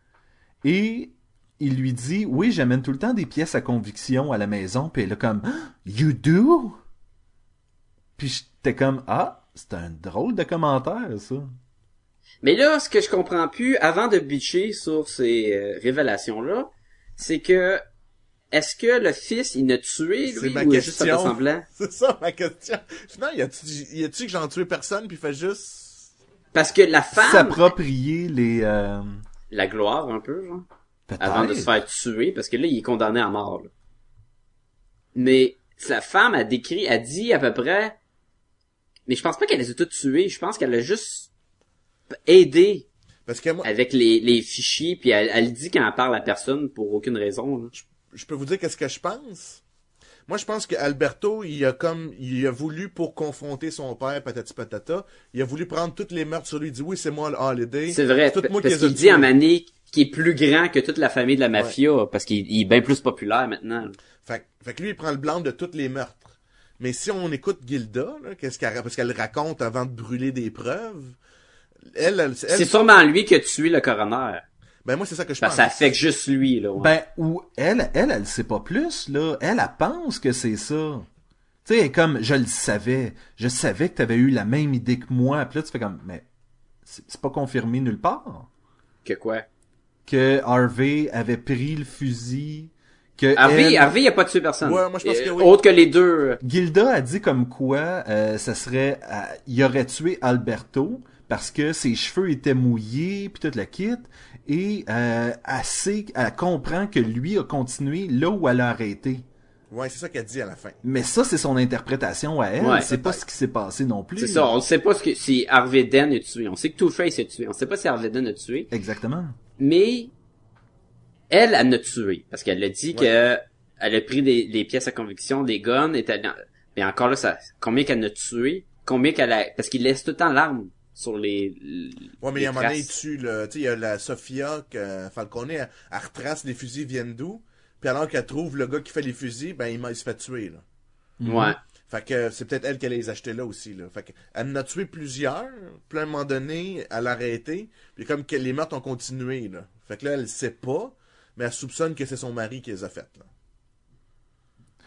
et il lui dit « Oui, j'amène tout le temps des pièces à conviction à la maison. » Puis elle est comme « You do? » Puis j'étais comme « Ah, c'est un drôle de commentaire, ça. » Mais là, ce que je comprends plus, avant de bitcher sur ces euh, révélations-là, c'est que, est-ce que le fils, il n'a tué, C'est lui, ma ou il a juste fait question. semblant? C'est ça ma question. Non, y a-tu, y a-tu que j'en tué personne puis il fait juste... Parce que la femme, S'approprier les... euh, la gloire un peu, genre, peut-être. avant de se faire tuer, parce que là, il est condamné à mort, là. Mais, sa femme a décrit, a dit à peu près, mais je pense pas qu'elle les a toutes tuées, je pense qu'elle a juste aidé Parce que moi, avec les, les fichiers, puis elle, elle dit qu'elle en parle à personne pour aucune raison, là. je peux vous dire qu'est-ce que je pense? Moi, je pense que Alberto, il a comme, il a voulu pour confronter son père, patati patata, il a voulu prendre toutes les meurtres sur lui, il dit oui, c'est moi le Holiday. C'est vrai, tout p- moi qui parce les ai qu'il dit tués. en Mané qu'il est plus grand que toute la famille de la mafia, parce qu'il il est bien plus populaire maintenant. Fait, fait que lui, il prend le blanc de tous les meurtres. Mais si on écoute Gilda, là, qu'est-ce qu'elle, parce qu'elle raconte avant de brûler des preuves, elle, elle, elle- C'est sûrement lui qui a tué le coroner. ben moi, c'est ça que je Parce pense. que ça affecte juste lui, là. Ouais. Ben, ou elle, elle, elle sait pas plus, là. Elle, elle pense que c'est ça. Tu sais, comme, je le savais. Je savais que t'avais eu la même idée que moi. Puis là, tu fais comme, mais c'est c'est pas confirmé nulle part. Que quoi? Que Harvey avait pris le fusil. Que Harvey, elle- Harvey, il a pas tué personne. Ouais, moi, je pense Euh, que oui. Autre que les deux. euh, Gilda a dit comme quoi, euh, ça serait, euh, il aurait tué Alberto parce que ses cheveux étaient mouillés puis toute la kit. Et euh, elle sait, elle comprend que lui a continué là où elle a arrêté. Ouais, c'est ça qu'elle dit à la fin. Mais ça, c'est son interprétation à elle. Ouais, c'est pas peut-être. ce qui s'est passé non plus. C'est ça, on sait pas ce que, si Harvey Dent a tué. On sait que Two-Face a tué. On sait pas si Harvey Dent a tué. Exactement. Mais, elle, elle a tué. Parce qu'elle a dit Ouais. que elle a pris des, des pièces à conviction, des guns, et elle, mais encore là, ça, combien qu'elle a tué? Combien qu'elle a, parce qu'il laisse tout le temps l'arme sur les, Ouais, mais les à un moment donné, il traces. tue le, tu sais, il y a la Sofia, que euh, Falcone, elle, elle retrace les fusils viennent d'où. Puis alors qu'elle trouve le gars qui fait les fusils, ben, il, m'a- il se fait tuer, là. Ouais. Fait que c'est peut-être elle qui allait les acheter là aussi, là. Fait que, elle en a tué plusieurs, puis à un moment donné, elle a arrêté, puis comme que les meurtres ont continué, là. Fait que là, elle sait pas, mais elle soupçonne que c'est son mari qui les a faites, là.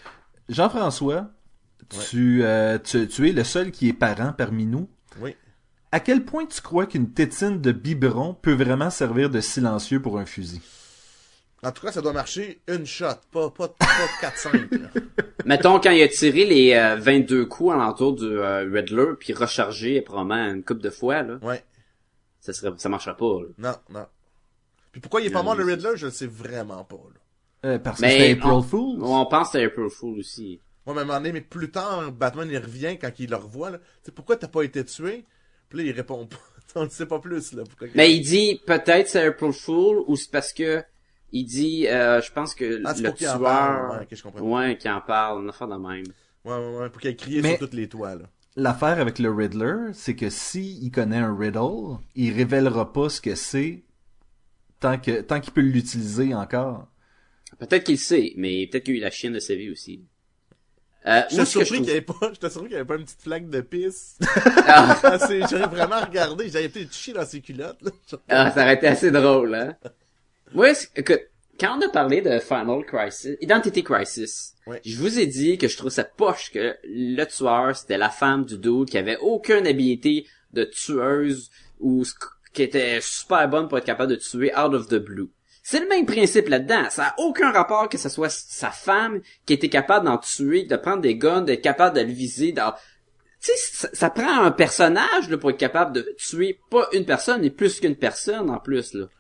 Jean-François, Ouais. tu, euh, tu, tu es le seul qui est parent parmi nous. Oui. À quel point tu crois qu'une tétine de biberon peut vraiment servir de silencieux pour un fusil? En tout cas, ça doit marcher une shot, pas, pas, pas quatre cinq. Mettons, quand il a tiré les euh, vingt-deux coups alentour du euh, Riddler, puis rechargé probablement une couple de fois, là, Ouais. ça serait, ça marcherait pas, là. Non, non. Puis pourquoi il est pas Non, mort, le mais Riddler, je le sais vraiment pas, là. Euh, parce que Mais c'est April on- Fool's. On pense que c'est April Fool aussi. Moi, mais à un moment donné, mais plus tard, Batman, il revient quand il le revoit, là. Tu sais, pourquoi t'as pas été tué? Puis là, il répond pas. On ne sait pas plus, là. Pourquoi Mais il dit, peut-être c'est April Fool, ou c'est parce que, il dit, euh, je pense que Ah, c'est le pour qu'il en tueur... parle, ouais, ok, je comprends. Ouais, qui en parle, une affaire de même. Ouais, ouais, ouais, pour qu'il ait crié Mais- sur toutes les toits, là. L'affaire avec le Riddler, c'est que si il connaît un riddle, il révélera pas ce que c'est tant que tant qu'il peut l'utiliser encore. Peut-être qu'il le sait, mais peut-être qu'il a eu la chienne de sa vie aussi. Euh, J'étais moi, ce que je surpris trouve... qu'il y avait pas, j'étais surpris qu'il y avait pas une petite flaque de pisse. Ah, Ah, c'est- J'aurais vraiment regardé, j'avais peut-être chier dans ses culottes, là. ah, ça aurait été assez drôle, hein. Moi, c'est- écoute, quand on a parlé de Final Crisis, Identity Crisis, Ouais. je vous ai dit que je trouve ça poche que le tueur, c'était la femme du dude qui avait aucune habilité de tueuse ou sc- qui était super bonne pour être capable de tuer out of the blue. C'est le même principe là-dedans. Ça a aucun rapport que ce soit sa femme qui était capable d'en tuer, de prendre des guns, d'être capable de le viser. Dans... Tu sais, ça, ça prend un personnage là, pour être capable de tuer pas une personne, mais plus qu'une personne en plus, là.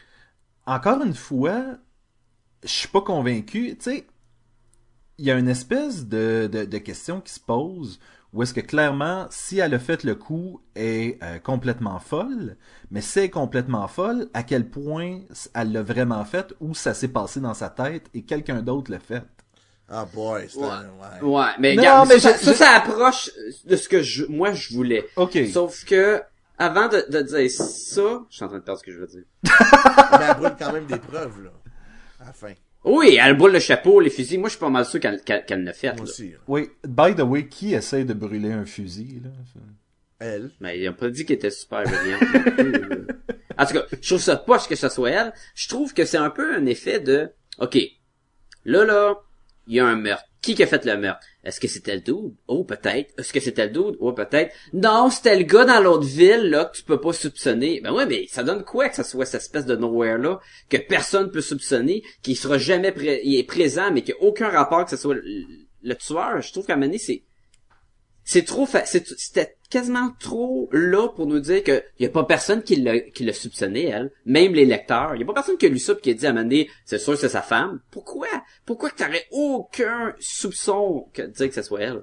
Encore une fois, je suis pas convaincu. Tu sais, il y a une espèce de, de, de question qui se pose où est-ce que clairement, si elle a fait le coup, est euh, complètement folle, mais si elle est complètement folle, à quel point elle l'a vraiment fait ou ça s'est passé dans sa tête et quelqu'un d'autre l'a fait. Ah, boy, c'était, Ouais. ouais. Ouais, mais, Non, regarde, mais ça, je- ça, je- ça approche de ce que je, moi je voulais. Ok. Sauf que, avant de, de dire ça, je suis en train de perdre ce que je veux dire. Mais elle brûle quand même des preuves, là. À la fin. Oui, elle brûle le chapeau, les fusils. Moi, je suis pas mal sûr qu'elle, qu'elle, qu'elle l'a fait, Moi là. aussi, là. Oui, by the way, qui essaie de brûler un fusil, là? Elle. Mais ils ont pas dit qu'elle était super brillante. non plus, là. En tout cas, je trouve ça poche que ce soit elle. Je trouve que c'est un peu un effet de, ok, là, là, il y a un meurtre. Qui qui a fait le meurtre? Est-ce que c'était le dude? Oh, peut-être. Est-ce que c'était le dude? Oh, peut-être. Non, c'était le gars dans l'autre ville, là, que tu peux pas soupçonner. Ben ouais, mais ça donne quoi que ça soit cette espèce de nowhere-là, que personne peut soupçonner, qui sera jamais pré- il est présent, mais qui a aucun rapport que ce soit le, le tueur? Je trouve qu'à un moment donné, c'est, c'est trop fa- c'est- c'était quasiment trop là pour nous dire que y a pas personne qui l'a, qui l'a soupçonné, elle. Même les lecteurs. Y a pas personne qui a lu ça pis qui a dit à un moment donné, c'est sûr que c'est sa femme. Pourquoi? Pourquoi que t'aurais aucun soupçon que de dire que ce soit elle?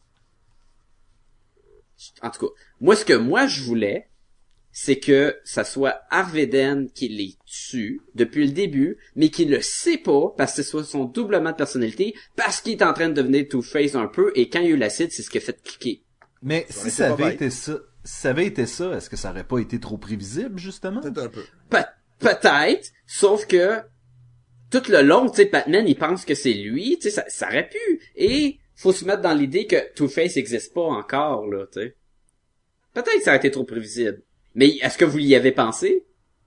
En tout cas, moi, ce que moi je voulais, c'est que ça soit Harvey Dent qui les tue depuis le début, mais qui le sait pas parce que ce soit son doublement de personnalité, parce qu'il est en train de devenir Two-Face un peu, et quand il y a eu l'acide, c'est ce qui a fait cliquer. Mais Ça si aurait ça été pas avait bête. été ça, si ça avait été ça, est-ce que ça aurait pas été trop prévisible, justement? Peut-être un peu. Pe- peut-être, sauf que tout le long, tu sais, Batman, il pense que c'est lui, tu sais, ça, ça aurait pu. Et faut se mettre dans l'idée que Two-Face existe pas encore, là, tu sais. Peut-être que ça aurait été trop prévisible. Mais est-ce que vous y avez pensé?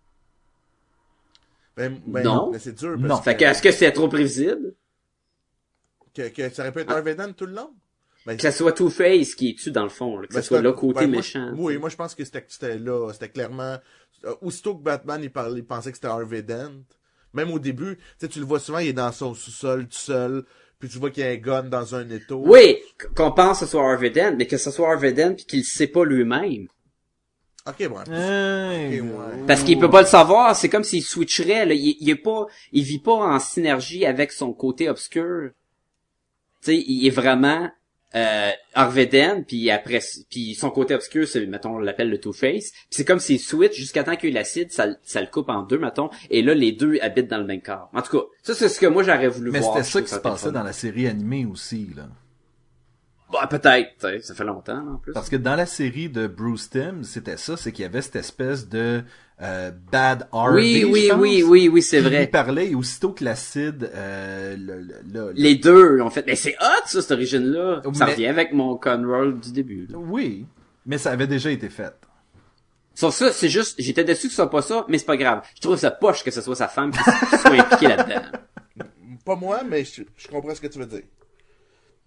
Ben, ben Non. mais c'est dur. Non. Parce Fait que, est-ce que c'est trop prévisible? que, que ça aurait pu être Harvey Dent tout le long? Ben, Que ça soit Two-Face qui est tu dans le fond, là, que ben, ça soit c'était- le côté ben, moi, méchant. je- Oui, moi, je pense que c'était, c'était là. C'était clairement, euh, aussitôt que Batman, il parlait, il pensait que c'était Harvey Dent. Même au début, tu sais, tu le vois souvent, il est dans son sous-sol, tout seul. Puis tu vois qu'il y a un gun dans un étau. Oui, qu'on pense que ce soit Harvey Dent, mais que ce soit Harvey Dent pis qu'il le sait pas lui-même. Ok, ouais. Euh, Ok, ouais. Parce qu'il peut pas le savoir, c'est comme s'il switcherait, là. Il, il est pas, il vit pas en synergie avec son côté obscur. Tu sais, il est vraiment, euh, Harvey Dent, puis après, puis son côté obscur, c'est, mettons, on l'appelle le Two-Face. Puis c'est comme s'il switch jusqu'à temps qu'il y ait l'acide, ça, ça le coupe en deux, mettons, et là, les deux habitent dans le même corps. En tout cas, ça, c'est ce que moi, j'aurais voulu Mais voir. c'était Je ça trouve qui se était passait fun. dans la série animée aussi, là. Bah, peut-être, tu sais, ça fait longtemps, en plus. Parce que dans la série de Bruce Timm, c'était ça, c'est qu'il y avait cette espèce de euh, bad Harvey, Oui, oui, je pense, oui, oui, oui, c'est qui lui vrai. parlait, et aussitôt que l'acide, euh, le, le, le- Les deux ont fait, mais c'est hot, ça, cette origine-là. Ça Mais- revient avec mon Conroll du début, là. Oui, mais ça avait déjà été fait. Sauf ça, c'est juste, j'étais déçu que ce soit pas ça, mais c'est pas grave. Je trouve ça poche que ce soit sa femme qui, qui soit impliquée là-dedans. Pas moi, mais je, je comprends ce que tu veux dire.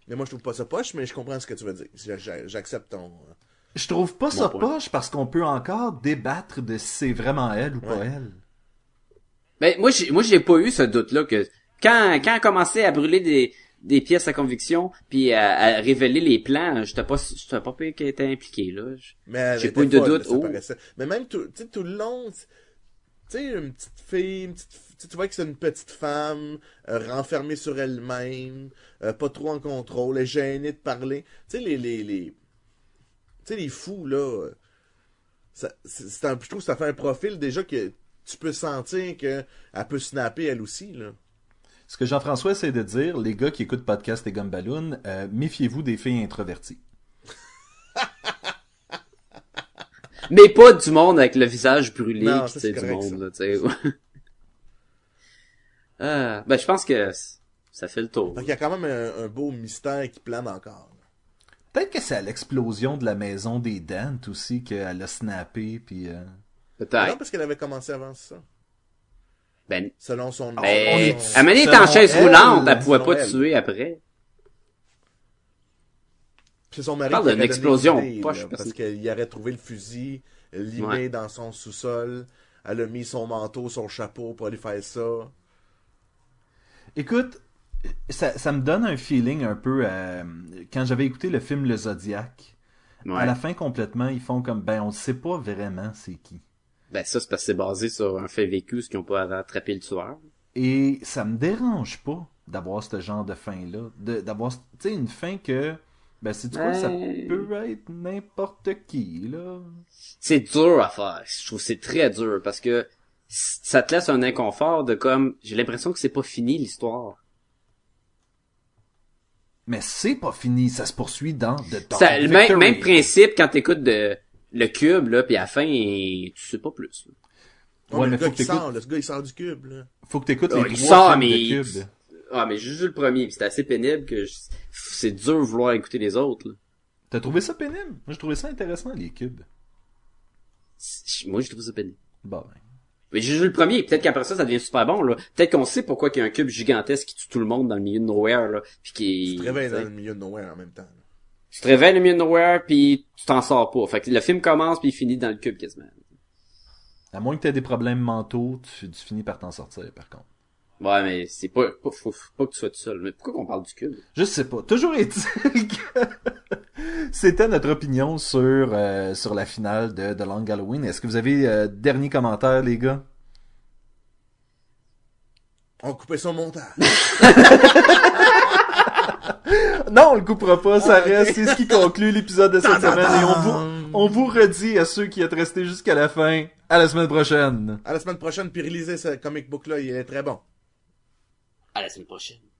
Mais moi, je trouve pas ça poche, mais je comprends ce que tu veux dire. J'a- J'accepte ton... Je trouve pas ça point. poche parce qu'on peut encore débattre de si c'est vraiment elle ou pas Ouais. elle. Ben, moi, j'ai, moi, j'ai pas eu ce doute-là que, quand, quand elle commençait à brûler des, des pièces à conviction, puis à, à révéler les plans, j'étais pas, j'étais pas pire qu'elle était impliquée, là. Mais elle J'ai était pas eu de folle, doute. ça Oh. paraissait. Mais même tout, tu sais, tout le long, tu sais, une petite fille, une petite, tu sais, tu vois que c'est une petite femme, euh, renfermée sur elle-même, euh, pas trop en contrôle, elle est gênée de parler. Tu sais, les, les, les, tu sais, les fous, là, euh, ça, c'est, c'est un, je trouve que ça fait un profil déjà que tu peux sentir que elle peut snapper elle aussi, là. Ce que Jean-François essaie de dire, les gars qui écoutent podcast et Gumballoon, euh, méfiez-vous des filles introverties. Mais pas du monde avec le visage brûlé, Non, pis ça, tu sais, c'est du correct, monde, ça. là, tu sais. Ah, ben, je pense que ça fait le tour. Fait qu'il y a quand même un, un beau mystère qui plane encore. Peut-être que c'est à l'explosion de la maison des Dent aussi qu'elle a snappé, puis... euh, Non, Peut-être. parce qu'elle avait commencé avant ça. Ben, Selon son... ben, on est- son- à mener selon en chaise elle, roulante, elle pouvait selon pas elle. tuer après. C'est son mari Parle qui d'une aurait donné explosion, l'idée, pas là, je- parce qu'il aurait trouvé le fusil limé Ouais. dans son sous-sol. Elle a mis son manteau, son chapeau pour aller faire ça. Écoute, ça, ça me donne un feeling un peu... euh, quand j'avais écouté le film Le Zodiac, Ouais. à la fin complètement, ils font comme, ben on ne sait pas vraiment c'est qui. Ben, ça, c'est parce que c'est basé sur un fait vécu, ce qu'ils ont pas attrapé le tueur. Et ça me dérange pas d'avoir ce genre de fin-là. De- D'avoir, tu sais, une fin que... Ben, c'est du quoi, ça Ouais. peut être n'importe qui, là. C'est dur à faire. Je trouve que c'est très dur parce que ça te laisse un inconfort de comme, j'ai l'impression que c'est pas fini l'histoire. Mais c'est pas fini, ça se poursuit dans The Dark Ça, le même, Victory. même principe quand t'écoutes de, le cube, là, puis à la fin, tu sais pas plus. là. Ouais, Ouais, mais mais le gars faut que qui t'écoutes- sort, là, ce gars, il sort du cube, là. Faut que t'écoutes Ouais, les il trois sort, films mais- de Cube. Ah, mais j'ai juste vu le premier, puis c'était assez pénible que je- c'est dur de vouloir écouter les autres, là. T'as trouvé ça pénible? Moi, j'ai trouvé ça intéressant, les cubes. C'est- Moi, j'ai trouvé ça pénible. Bon, ben. Mais j'ai juste vu le premier, peut-être qu'après ça, ça devient super bon, là. Peut-être qu'on sait pourquoi il y a un cube gigantesque qui tue tout le monde dans le milieu de nowhere, là. Puis qui... Tu te réveilles t'sais, dans le milieu de nowhere en même temps. là. Tu te réveilles dans le milieu de nowhere, puis tu t'en sors pas. Fait que le film commence, puis il finit dans le cube quasiment. À moins que t'aies des problèmes mentaux, tu, tu finis par t'en sortir, par contre. Ouais, mais c'est pas, pas faut, faut pas que tu sois tout seul. Mais pourquoi qu'on parle du cube? Je sais pas. Toujours est-il que c'était notre opinion sur, euh, sur la finale de The Long Halloween. Est-ce que vous avez euh, dernier commentaire, les gars? On coupait son montage. Non, on le coupera pas, ça Ah, ok. reste. C'est ce qui conclut l'épisode de cette Tan, tan, semaine. Et on tan. vous, on vous redit à ceux qui êtes restés jusqu'à la fin, à la semaine prochaine. À la semaine prochaine, puis réalisez ce comic book-là, il est très bon. À la semaine prochaine.